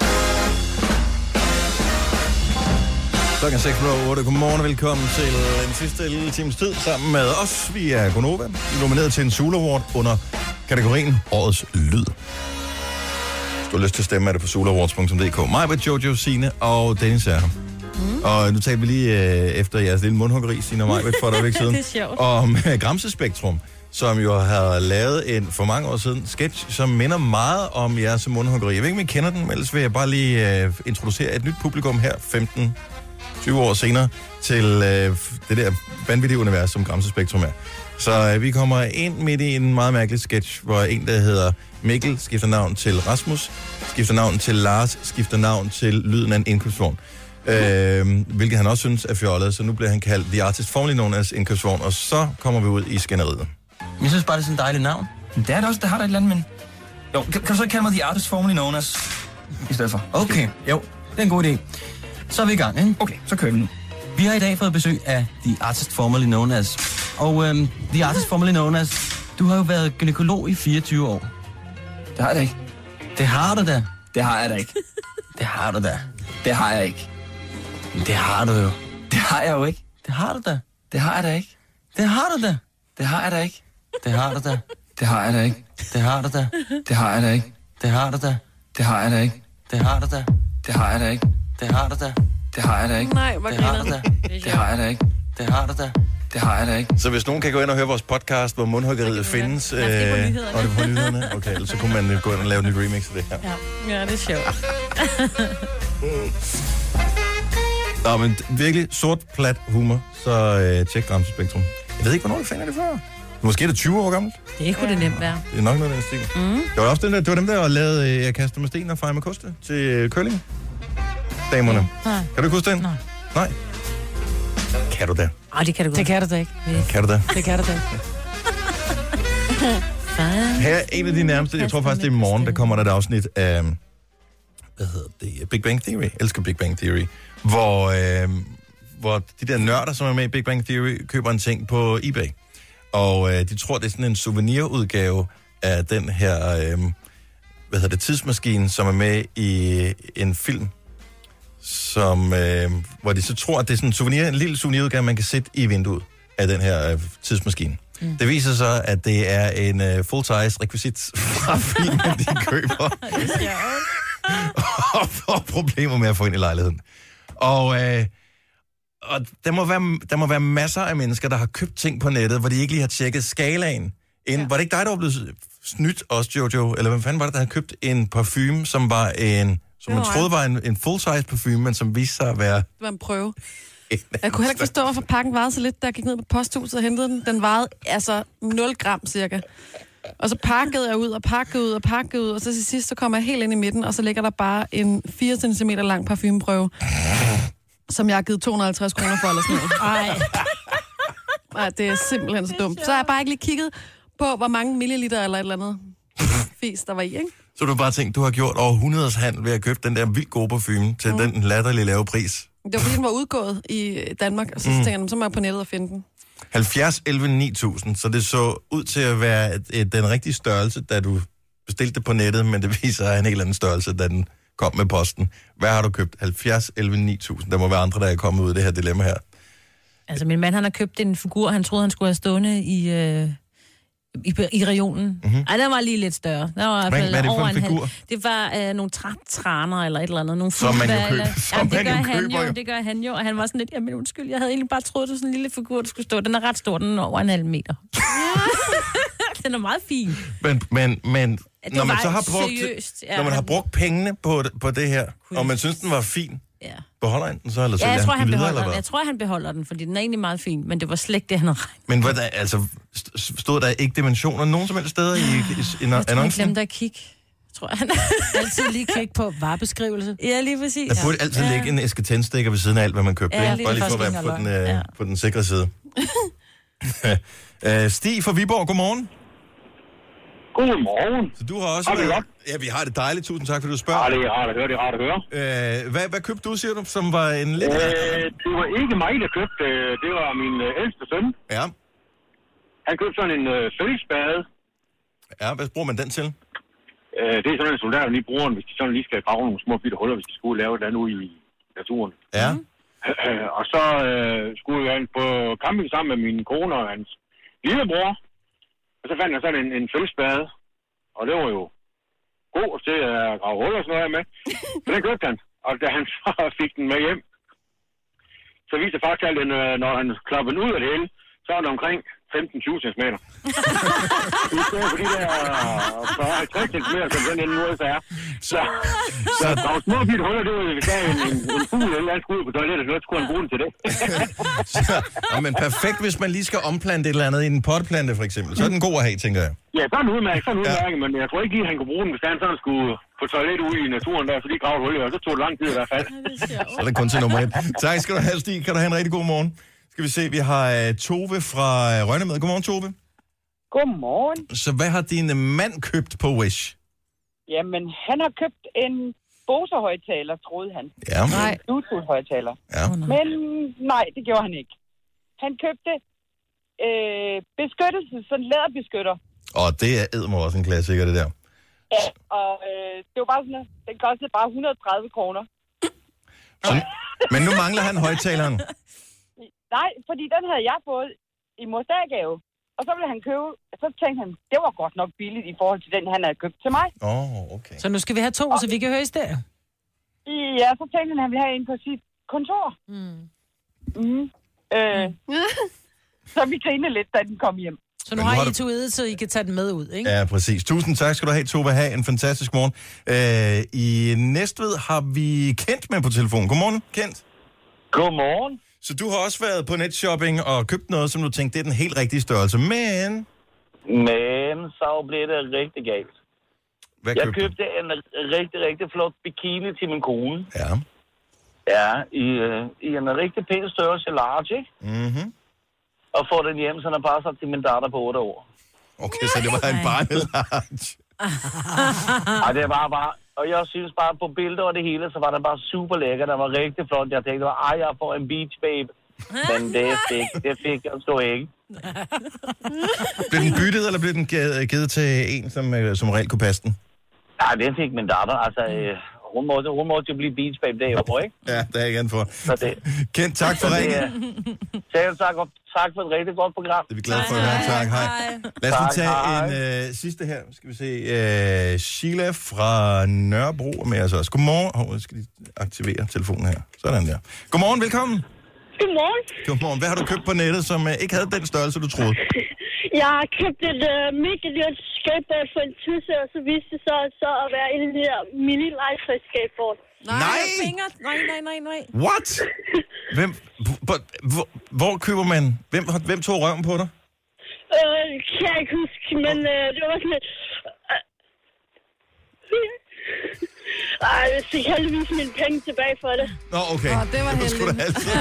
Klokken er seks otte. Godmorgen og velkommen til den sidste lille times tid sammen med os. Vi er Gonova. Vi er nomineret til en Zulu Award under kategorien Årets Lyd. Hvis du har lyst til at stemme, er det på zuluawards punktum d k. Maj-Brit, Jojo, Signe og Dennis er her. Mm. Og nu talte vi lige øh, efter jeres lille mundhuggeri, Signe og Maj-Brit, for et øjeblik siden. Det er sjovt. Om øh, Gramsespektrum, som jo har lavet en for mange år siden sketch, som minder meget om jeres mundhuggeri. Jeg ved ikke, om I kender den, men ellers vil jeg bare lige øh, introducere et nyt publikum her, femten tyve år senere, til øh, det der vanvittige univers, som Gramsespektrum er. Så øh, vi kommer ind midt i en meget mærkelig sketch, hvor en, der hedder Mikkel, skifter navn til Rasmus, skifter navn til Lars, skifter navn til lyden af en indkøbsvogn. Øh, hvilket han også synes er fjollet, så nu bliver han kaldt The Artist Formerly Known as Indkøbsvogn, og så kommer vi ud i skænderiet. Jeg synes bare, det er sådan et dejligt navn. Men det er det også, det har der et eller andet, men... Jo, kan, kan du så ikke kalde mig The Artist Formerly Known as... I stedet for? Okay, jo, det er en god idé. Så er vi i gang, ikke? Okay, så kører vi nu. Vi har i dag fået besøg af The Artist Formerly Known as... Og øhm, The Artist Formerly Known as... Du har jo været gynækolog i fireogtyve år. Det har jeg da ikke. Det har du da. Det har jeg da ikke. Det har du da. Det har jeg ikke. Det har du jo. Det har jeg jo ikke. Det har du da. Det har jeg da ikke. Det har du da. Det har jeg da ikke. Det har du da. Det har jeg da ikke. Det har du da. Det har jeg da ikke. Det har du da. Det har jeg da ikke. Det har du da. Det har jeg da ikke. Det har du da. Det har jeg da ikke. Nej, hvor Det har du griner da. Det har jeg da ikke. Det har du da. Det har jeg da ikke. Så hvis nogen kan gå ind og høre vores podcast, hvor mundhuggeriet findes... Øh, Nej, det er på nyhederne. og det er på nyhederne? Okay, ellers så kunne man øh, gå ind og lave et nyt remix af det her. Ja, ja det er sjovt. Nå, men virkelig sort, plat humor, så øh, tjek Gramsespektrum. Jeg ved ikke, hvornår I fandt det før. Måske er det tyve år gammelt. Det kunne det nemt være. Det er nok noget af den stil. Mm. Det var også den der, det var dem, der har lavet øh, Jeg kaster med sten og fejrer med koste til øh, curling. Damerne. Nej. Kan du ikke huske den? Nej. Nej. Kan du da? Ej, det kan du godt. Det kan du da ikke. Kan du da? Det kan du da ikke. Her er en af de nærmeste, jeg tror faktisk, det er i morgen, der kommer der et afsnit af, hvad hedder det, Big Bang Theory. Jeg elsker Big Bang Theory. Hvor øh, hvor de der nørder, som er med i Big Bang Theory, køber en ting på eBay. Og øh, de tror, det er sådan en souvenirudgave af den her, øh, hvad hedder det, tidsmaskine, som er med i en film, som, øh, hvor de så tror, at det er sådan en souvenir, en lille souvenirudgave, man kan sætte i vinduet af den her øh, tidsmaskine. Mm. Det viser sig, at det er en uh, full-size rekvisit fra filmen, de køber. og får problemer med at få ind i lejligheden. Og, øh, og der, må være, der må være masser af mennesker, der har købt ting på nettet, hvor de ikke lige har tjekket skalaen. En, ja. Var det ikke dig, der var blevet snydt også, Jojo? Eller hvem fanden var det, der havde købt en parfume, som var en, som man troede var en, en full-size parfume, men som viste sig at være... Det var en prøve. Jeg kunne heller ikke forstå, hvorfor pakken varede så lidt, da jeg gik ned på posthuset og hentede den. Den varede altså nul gram cirka. Og så pakkede jeg ud og pakkede ud og pakkede ud, og så til sidst så kommer jeg helt ind i midten, og så ligger der bare en fire centimeter lang parfumeprøve, som jeg har givet to hundrede og halvtreds kroner for, eller sådan noget. Ej. Ej, det er simpelthen så dumt. Så har jeg bare ikke lige kigget på, hvor mange milliliter eller et eller andet fis, der var i, ikke? Så du bare tænkt, du har gjort over hundredes handel ved at købe den der vildt gode parfume til mm. den latterlige lave pris. Det var fordi, den var udgået i Danmark, og så mm. tænkte jeg, så må jeg på nettet og finde den. halvfjerds elleve ni tusind, så det så ud til at være et, et, den rigtige størrelse, da du bestilte det på nettet, men det viser sig en helt anden størrelse, da den kom med posten. Hvad har du købt? halvfjerds elleve ni tusind. Der må være andre, der er kommet ud af det her dilemma her. Altså, min mand, han har købt en figur, han troede, han skulle have stående i... Øh... I, i regionen. Mm-hmm. Ej, den var lige lidt større. Den var hvad, hvad er det for en figur? En det var øh, nogle trætraner eller et eller andet. Nogle som man jo køber. Ja, det gør han jo, det gør han jo. Og han var sådan lidt, jamen undskyld, jeg havde egentlig bare troet, det var sådan en lille figur, der skulle stå. Den er ret stor, den er over en halv meter. Den er meget fin. Men, men, men når man så har brugt, seriøst, ja, når man har brugt pengene på, på det her, Quiz. Og man synes, den var fin, ja. Beholder han den så? Eller så ja, jeg, tror, han videre, beholder den. jeg tror, han beholder den, fordi den er egentlig meget fin, men det var slet ikke det, han havde regnet. Men hvad der, altså, stod der ikke dimensioner nogen som helst steder i, i, i jeg annoncen? Jeg glemte at kigge, tror jeg. Altid lige klik på varebeskrivelse. Ja, lige præcis. Der burde altid ja. ligge en æske tændstikker ved siden af alt, hvad man købte. Ja, bare lige for at være på den, øh, ja. på den sikre side. uh, Stig fra Viborg, godmorgen. Godmorgen. Så du har også... Har været... Ja, vi har det dejligt. Tusind tak, fordi du spørger. Ja, det er rart at høre. Det er rart at høre. Øh, hvad, hvad købte du, siger du, som var en lidt... Øh, det var ikke mig, der købte. Det var min øh, ældste søn. Ja. Han købte sådan en øh, fældsbade. Ja, hvad bruger man den til? Øh, det er sådan en soldater, lige bruger den, hvis de sådan lige skal grave nogle små bitte huller, hvis de skulle lave et eller andet ude i naturen. Ja. Øh, og så øh, skulle jeg på camping sammen med min kone og hans lillebror. Og så fandt jeg sådan en, en fældsbade. Og det var jo god til at grave huller og sådan noget med. Så den købte han. Og da han så fik den med hjem, så viste det faktisk, at den, når han klappede den ud af det hele, så var det omkring femten til tyve centimeter. I stedet for de der fyrre til halvtreds centimeter, som den ende måde så er. Så, så der var små bitte huller, det var hvis der en, en, en fugl eller andet skulle ud på toilettet, så skulle han bruge den til det. så, ja, men perfekt, hvis man lige skal omplante et eller andet i en potplante, for eksempel. Så er den god at have, tænker jeg. Ja, så er den udmærket, så er den udmærket, ja. Men jeg tror ikke lige, han kunne bruge den, hvis han sådan skulle på toilettet ude i naturen der, så de gravede huller, og så tog det lang tid i hvert fald. Så er det kun til nummer et. Tak skal du have, Stig. Kan du have en rigtig god morgen. Skal vi se, vi har uh, Tove fra uh, Rønne med. Godmorgen, Tove. Godmorgen. Så hvad har din mand købt på Wish? Jamen, han har købt en Bose-højtaler, troede han. Ja. Nej. En Bluetooth-højtaler. Ja. Men nej, det gjorde han ikke. Han købte øh, beskyttelse, sådan en læderbeskytter. Og det er eddermame også en klassiker, det der. Ja, og øh, det var bare sådan, at den kostede bare et hundrede og tredive kroner. Så, men nu mangler han højtaleren. Nej, fordi den havde jeg fået i morsdaggave. Og så ville han købe, så tænkte han, det var godt nok billigt i forhold til den, han havde købt til mig. Åh, oh, okay. Så nu skal vi have to, og så vi kan høre i stedet. Ja, så tænkte han, at han ville have en på sit kontor. Mm. Mm. Øh. Så vi grinede lidt, da den kom hjem. Så nu, nu har I du... to ede, så I kan tage den med ud, ikke? Ja, præcis. Tusind tak skal du have, Tove. Ha' en fantastisk morgen. Øh, I Næstved har vi Kent med på telefonen. Godmorgen, Kent. Godmorgen. Så du har også været på netshopping og købt noget, som du tænkte, det er den helt rigtige størrelse, men... Men så blev det rigtig galt. Hvad jeg købte, købte en rigtig, rigtig flot bikini til min kone. Ja. Ja, i, i en rigtig pæn størrelse large, ikke? Mhm. Og få den hjem, så den passer til min datter på otte år. Okay, så det var en barnelarge. Ej, det var bare... Og jeg synes bare, på billeder og det hele, så var det bare super lækker. Det var rigtig flot. Jeg tænkte, ej, jeg får en beach babe. Men det fik, det fik jeg sgu ikke. Blev den byttet, eller blev den givet til en, som, som reelt kunne passe den? Nej, det fik min datter. Altså, øh, hun, måtte, hun måtte jo blive beach babe derovre, ikke? Ja, det er jeg igen for. Så det, Kent, tak for ringen. Selv tak, og tak for et rigtig godt program. Det er vi glade for at høre. Tak, hej. Lad os lige tage en øh, sidste her. Skal vi se. Øh, Sheila fra Nørrebro er med os også. Godmorgen. Hov, jeg skal lige aktivere telefonen her. Sådan der. Godmorgen, velkommen. Godmorgen. Godmorgen. Hvad har du købt på nettet, som øh, ikke havde den størrelse, du troede? Jeg har købt et uh, mega dyrt skateboard for en tusse, og så viste det sig så at være en af de her mini-legetøj skateboard. Nej! Fingre. Nej, nej, nej, nej. What? Hvem, hvor, hvor, hvor køber man? Hvem, hvem tog røven på dig? Øh, kan jeg ikke huske, men øh, det var sådan lidt... Øh, ej, jeg fik heldigvis mine penge tilbage for det. Nå, okay. Åh, det var heldigt.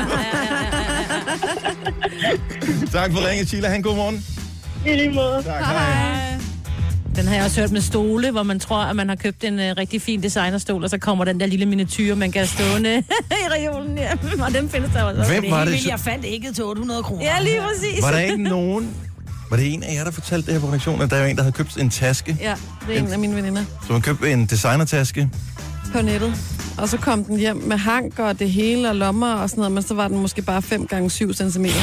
Tak for ringen, Sheila. Han god morgen. I lige måde. Tak, hej. Den har jeg også hørt med stole, hvor man tror, at man har købt en uh, rigtig fin designerstol, og så kommer den der lille miniatyr, man kan stående i reolen. Ja. Og dem findes der også. Hvem var det? Vildt, jeg fandt ikke til otte hundrede kroner. Ja, lige præcis. Var der ikke nogen... Var det en af jer, der fortalte det her på redaktionen, at der er en, der havde købt en taske? Ja, det er en af mine veninder. Så man købte en designertaske? På nettet. Og så kom den hjem med hank og det hele og lommer og sådan noget, men så var den måske bare fem gange syv centimeter.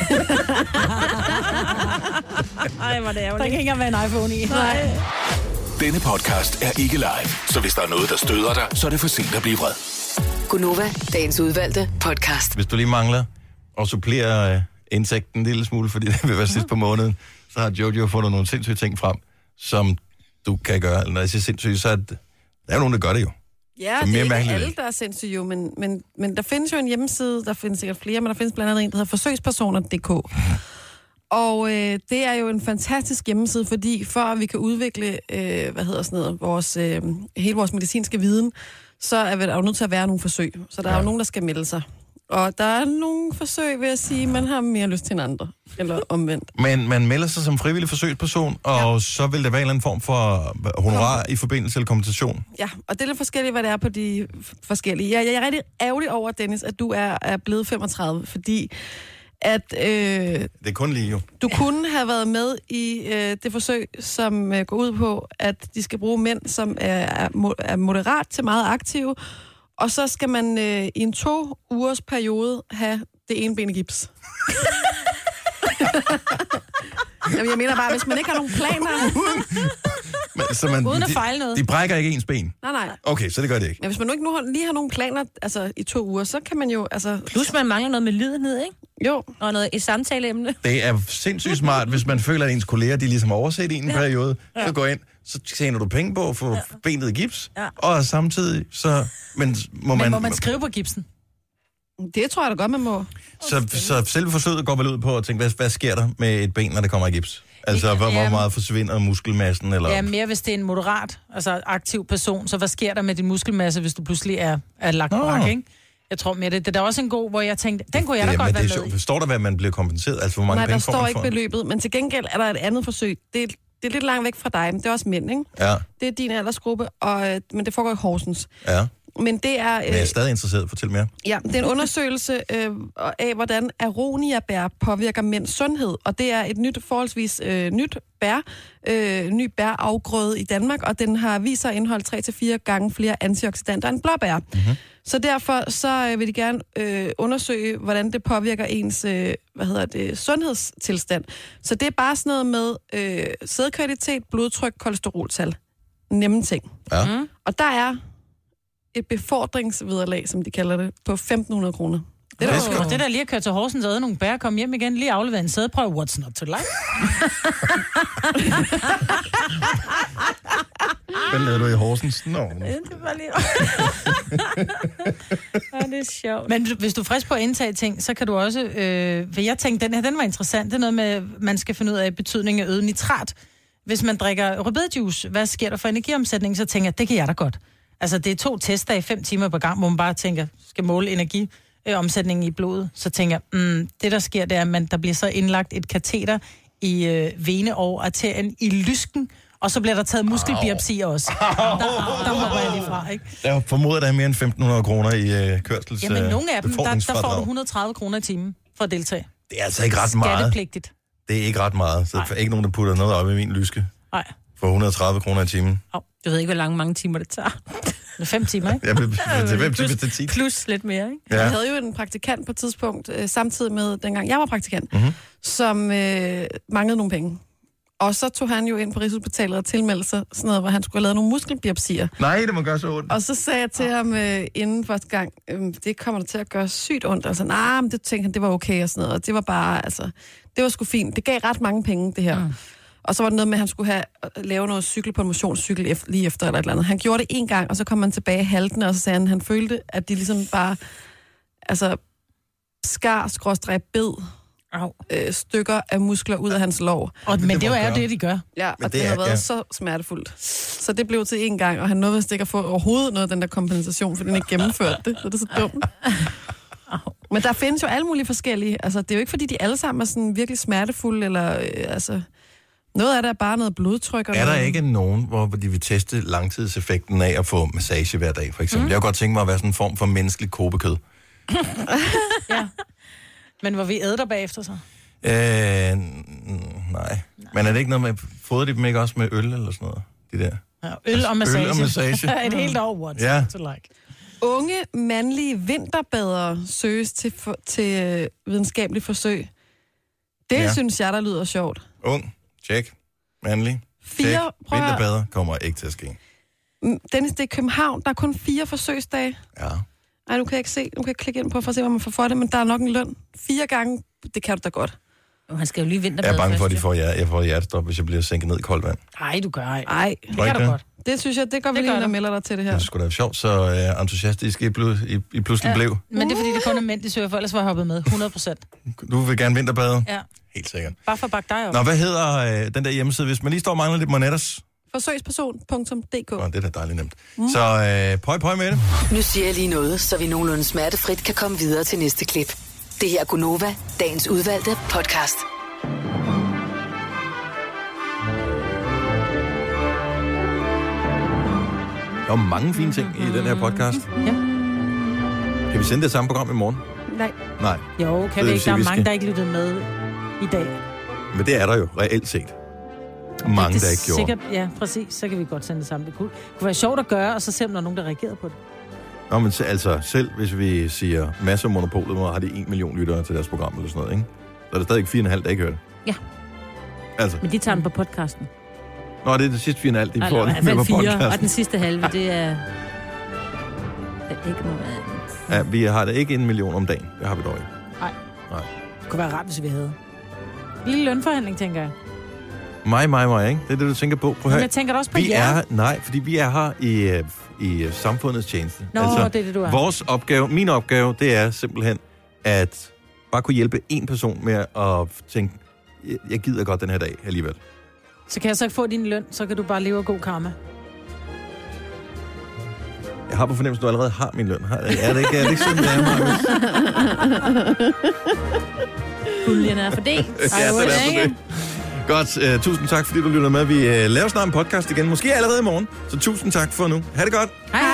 Ej, hvor det ærgerligt. Der kan ikke engang være en iPhone i. Nej. Denne podcast er ikke live, så hvis der er noget, der støder dig, så er det for sent at blive vred. Gunova, dagens udvalgte podcast. Hvis du lige mangler at supplere øh, indtægten en lille smule, fordi det vil være sidst på måneden, så har Jojo fundet nogle sindssyge ting frem, som du kan gøre. Når jeg siger sindssyge, så er det, der er jo nogen, der gør det jo. Ja, det er ikke alle, der er sindssyge jo, men, men, men der findes jo en hjemmeside, der findes sikkert flere, men der findes blandt andet en, der hedder forsøgspersoner punktum d k. Og øh, det er jo en fantastisk hjemmeside, fordi for at vi kan udvikle, øh, hvad hedder sådan noget, vores, øh, hele vores medicinske viden, så er der jo nødt til at være nogle forsøg. Så der er jo nogen, der skal melde sig. Og der er nogle forsøg, vil jeg sige, man har mere lyst til en andre, eller omvendt. Men man melder sig som frivillig forsøgsperson, og ja. Så vil der være en eller anden form for honorar i forbindelse eller kompensation. Ja, og det er lidt forskelligt, hvad det er på de forskellige. Jeg, jeg er rigtig ærgerlig over, Dennis, at du er, er blevet femogtredive, fordi at... Øh, det er kun lige jo. Du kunne have været med i øh, det forsøg, som øh, går ud på, at de skal bruge mænd, som er, er moderat til meget aktive, og så skal man øh, i en to ugers periode have det ene ben i gips. Jamen, jeg mener bare, hvis man ikke har nogen planer... Men, så man, Uden at de, fejle noget. De brækker ikke ens ben? Nej, nej. Okay, så det gør det ikke. Men hvis man nu ikke nu har, lige har nogle planer altså, i to uger, så kan man jo... Altså, Plus man mangler noget med lidenhed, ikke? Jo. Og noget i samtaleemne. Det er sindssygt smart, hvis man føler, at ens kolleger, de ligesom overset i en ja. periode. Så går ind, så tjener du penge på at få ja. benet i gips, ja. og samtidig så... Men må men man, må man skrive på gipsen? Det tror jeg da godt, man må. Så, så selve forsøget går vel ud på at tænke, hvad, hvad sker der med et ben, når det kommer i gips? Altså, hvor, hvor meget forsvinder muskelmassen? Eller? Ja, mere hvis det er en moderat, altså aktiv person. Så hvad sker der med din muskelmasse, hvis du pludselig er, er lagt Nå. brak, ikke? Jeg tror mere det. Det er da også en god, hvor jeg tænkte, den kunne jeg da ja, godt være det er med i. Står der, hvad man bliver kompenseret? Altså, hvor mange Nej, penge der får står man ikke for? beløbet, men til gengæld er der et andet forsøg. Det er, det er lidt langt væk fra dig, men det er også mænd, ikke? Ja. Det er din aldersgruppe, og, men det foregår i Horsens. Ja. Men det er... Øh, men jeg er stadig interesseret. Fortæl mere. Ja, det er en undersøgelse øh, af, hvordan aronia-bær påvirker mænds sundhed. Og det er et nyt, forholdsvis øh, nyt bær, øh, ny bærafgrøde i Danmark, og den har vist sig at indeholde tre til fire gange flere antioxidanter end blåbær. Mm-hmm. Så derfor så øh, vil de gerne øh, undersøge, hvordan det påvirker ens øh, hvad hedder det, sundhedstilstand. Så det er bare sådan noget med øh, sædkvalitet, blodtryk, kolesteroltal. Nemme ting. Ja. Mm. Og der er et befordringsvederlag, som de kalder det, på femten hundrede kroner. Det, det, det, det der lige at køre til Horsens og æde nogle bær, komme hjem igen, lige aflevere en sædeprøve, what's not to like? Hvad lavede du i Horsens? Nå. No. Det var lige... ja, det er sjovt. Men hvis du er frisk på at indtage ting, så kan du også... Øh, vil jeg tænke, den her, den var interessant. Det er noget med, man skal finde ud af betydningen af øget nitrat. Hvis man drikker rødbedejuice, hvad sker der for energiomsætning? Så tænker jeg, det kan jeg da godt. Altså, det er to tester i fem timer på gang, hvor man bare tænker, skal måle energiomsætningen i blodet. Så tænker jeg, mm, det der sker, det er, at man, der bliver så indlagt et kateter i øh, vene og arterien i lysken, Og så bliver der taget muskelbiopsi også. Der, der hopper jeg lige fra, ikke? Jeg formoder, der er mere end femten hundrede kroner i øh, kørsels Jamen, nogle af dem, der, der får du befordringsfradrag. et hundrede og tredive kroner i timen for at deltage. Det er altså ikke ret meget. Skattepligtigt. Det er ikke ret meget, så der er ikke nogen, der putter noget op i min lyske. Nej. For et hundrede og tredive kroner i timen. Oh, jeg ved ikke, hvor lange mange timer det tager. Det er fem timer, ikke? Ja, det er fem timer til ti. Plus lidt mere, ikke? Ja. Jeg havde jo en praktikant på et tidspunkt, øh, samtidig med dengang jeg var praktikant, mm-hmm. som øh, manglede nogle penge. Og så tog han jo ind på Rigshospitalet og tilmeldte sig sådan noget, hvor han skulle have lavet nogle muskelbiopsier. Nej, det må gøre så ondt. Og så sagde jeg til ja. ham øh, inden første gang, øh, det kommer der til at gøre sygt ondt. Altså, nej, men det tænkte han, det var okay og sådan noget. Og det var bare, altså, det var sgu fint. Det gav ret mange penge, det her. Mm. Og så var det noget med, at han skulle have lave noget cykel på en motionscykel efter, lige efter eller et eller andet. Han gjorde det en gang, og så kom han tilbage haltende, og så sagde han, han følte, at de ligesom bare, altså, skar, skråstreg, bed øh, stykker af muskler ud af hans lår. Og, men det, det er jo det, de gør. Ja, og men det, det det er, har været ja. så smertefuldt. Så det blev til en gang, og han nåede vist ikke at få overhovedet noget af den der kompensation, fordi han ikke gennemførte det. Så det er så dumt. Men der findes jo alle mulige forskellige. Altså, det er jo ikke, fordi de alle sammen er sådan virkelig smertefulde, eller øh, altså... Noget af det er bare noget blodtryk. Og er der noget... ikke nogen, hvor de vil teste langtidseffekten af at få massage hver dag, for eksempel? Mm. Jeg kunne godt tænke mig at være sådan en form for menneskelig kobekød. Ja. Men hvor vi æder der bagefter så? Øh, nej. nej. Men er det ikke noget med, fodrer de dem ikke også med øl eller sådan noget? De der? Ja, øl og massage. Øl og massage. Et helt år, what ja. to like. Unge, mandlige vinterbadere søges til, for, til øh, videnskabelige forsøg. Det ja. synes jeg, der lyder sjovt. Ung, tjek, mandlig, Fire, tjek, prøv at- vinterbader kommer ikke til at ske. Mm, Dennis, det er København. Der er kun fire forsøgsdage. Ja. Ej, nu kan jeg ikke se. Nu kan jeg klikke ind på for at se, hvad man får for det, men der er nok en løn. Fire gange, det kan du da godt. Han skal jo lige Jeg vinterbade er bange for, at først, de får, hjer- jeg får hjertestop, hvis jeg bliver sænket ned i koldt vand. Nej, du gør ej. Ej, det kan du godt. Det synes jeg, det går vi Det lige gør ind og du. melder dig til det her. Det skulle da være sjovt, så uh, entusiastisk I, blu- I, I pludselig ja. blev. Men det er fordi, det kun er mænd, de søger, for ellers var jeg hoppet med. hundrede procent. Du vil gerne vinterbade? Ja. Helt sikkert. Bare for at bakke dig op. Nå, hvad hedder uh, den der hjemmeside, hvis man lige står og mangler lidt monetters? Forsøgsperson punktum d k. Nå, det er da dejligt nemt. Mm. Så uh, pøj, pøj med det. Nu siger jeg lige noget, så vi nogenlunde smertefrit kan komme videre til næste klip. Det her er Gunova, dagens udvalgte podcast. Der er mange fine ting i den her podcast. Ja. Kan vi sende det samme program i morgen? Nej. Nej. Jo, Det kan vi vil ikke. sige, Der er vi mange, skal- der ikke lyttede med i dag. Men det er der jo reelt set. Mange, det der er ikke gjorde. sikkert, ja, præcis. Så kan vi godt sende det sammen. Det kunne, kunne være sjovt at gøre, og så se, om der er nogen, der reagerede på det. Nå, men se- altså, selv hvis vi siger masser af monopolet, hvor har de en million lyttere til deres program eller sådan noget, ikke? Så er der stadig fire og en halv, der ikke hører det. Ja. Altså. Men de tager den på podcasten. Nå, det er det sidste fire og en halv, de Eller får i det hvert med på fald fire, og podcasten. den sidste halve, det er... Det er ikke noget andet. Ja, vi har da ikke en million om dagen. Det har vi dog ikke. Nej. Nej. Det kunne være rart, hvis vi havde. En lille lønforhandling, tænker jeg. Mig, mig, mig, ikke? Det er det, du tænker på. Prøv at Men høre. jeg tænker da også på vi jer. er, nej, fordi vi er her i, øh, i øh, samfundets tjeneste. Nå, det er det, du er. Vores opgave, min opgave, det er simpelthen at bare kunne hjælpe en person med at tænke, jeg- jeg gider godt den her dag alligevel. Så kan jeg så ikke få din løn, så kan du bare leve af god karma. Jeg har på fornemmelsen, at du allerede har min løn. Har- Er det ikke, er det ikke sådan, det er, Marcus? Puljen er fordelt. Ja, den er på det. Godt, uh, tusind tak, fordi du lytter med. Vi uh, laver snart en podcast igen, måske allerede i morgen. Så tusind tak for nu. Ha' det godt. Hej.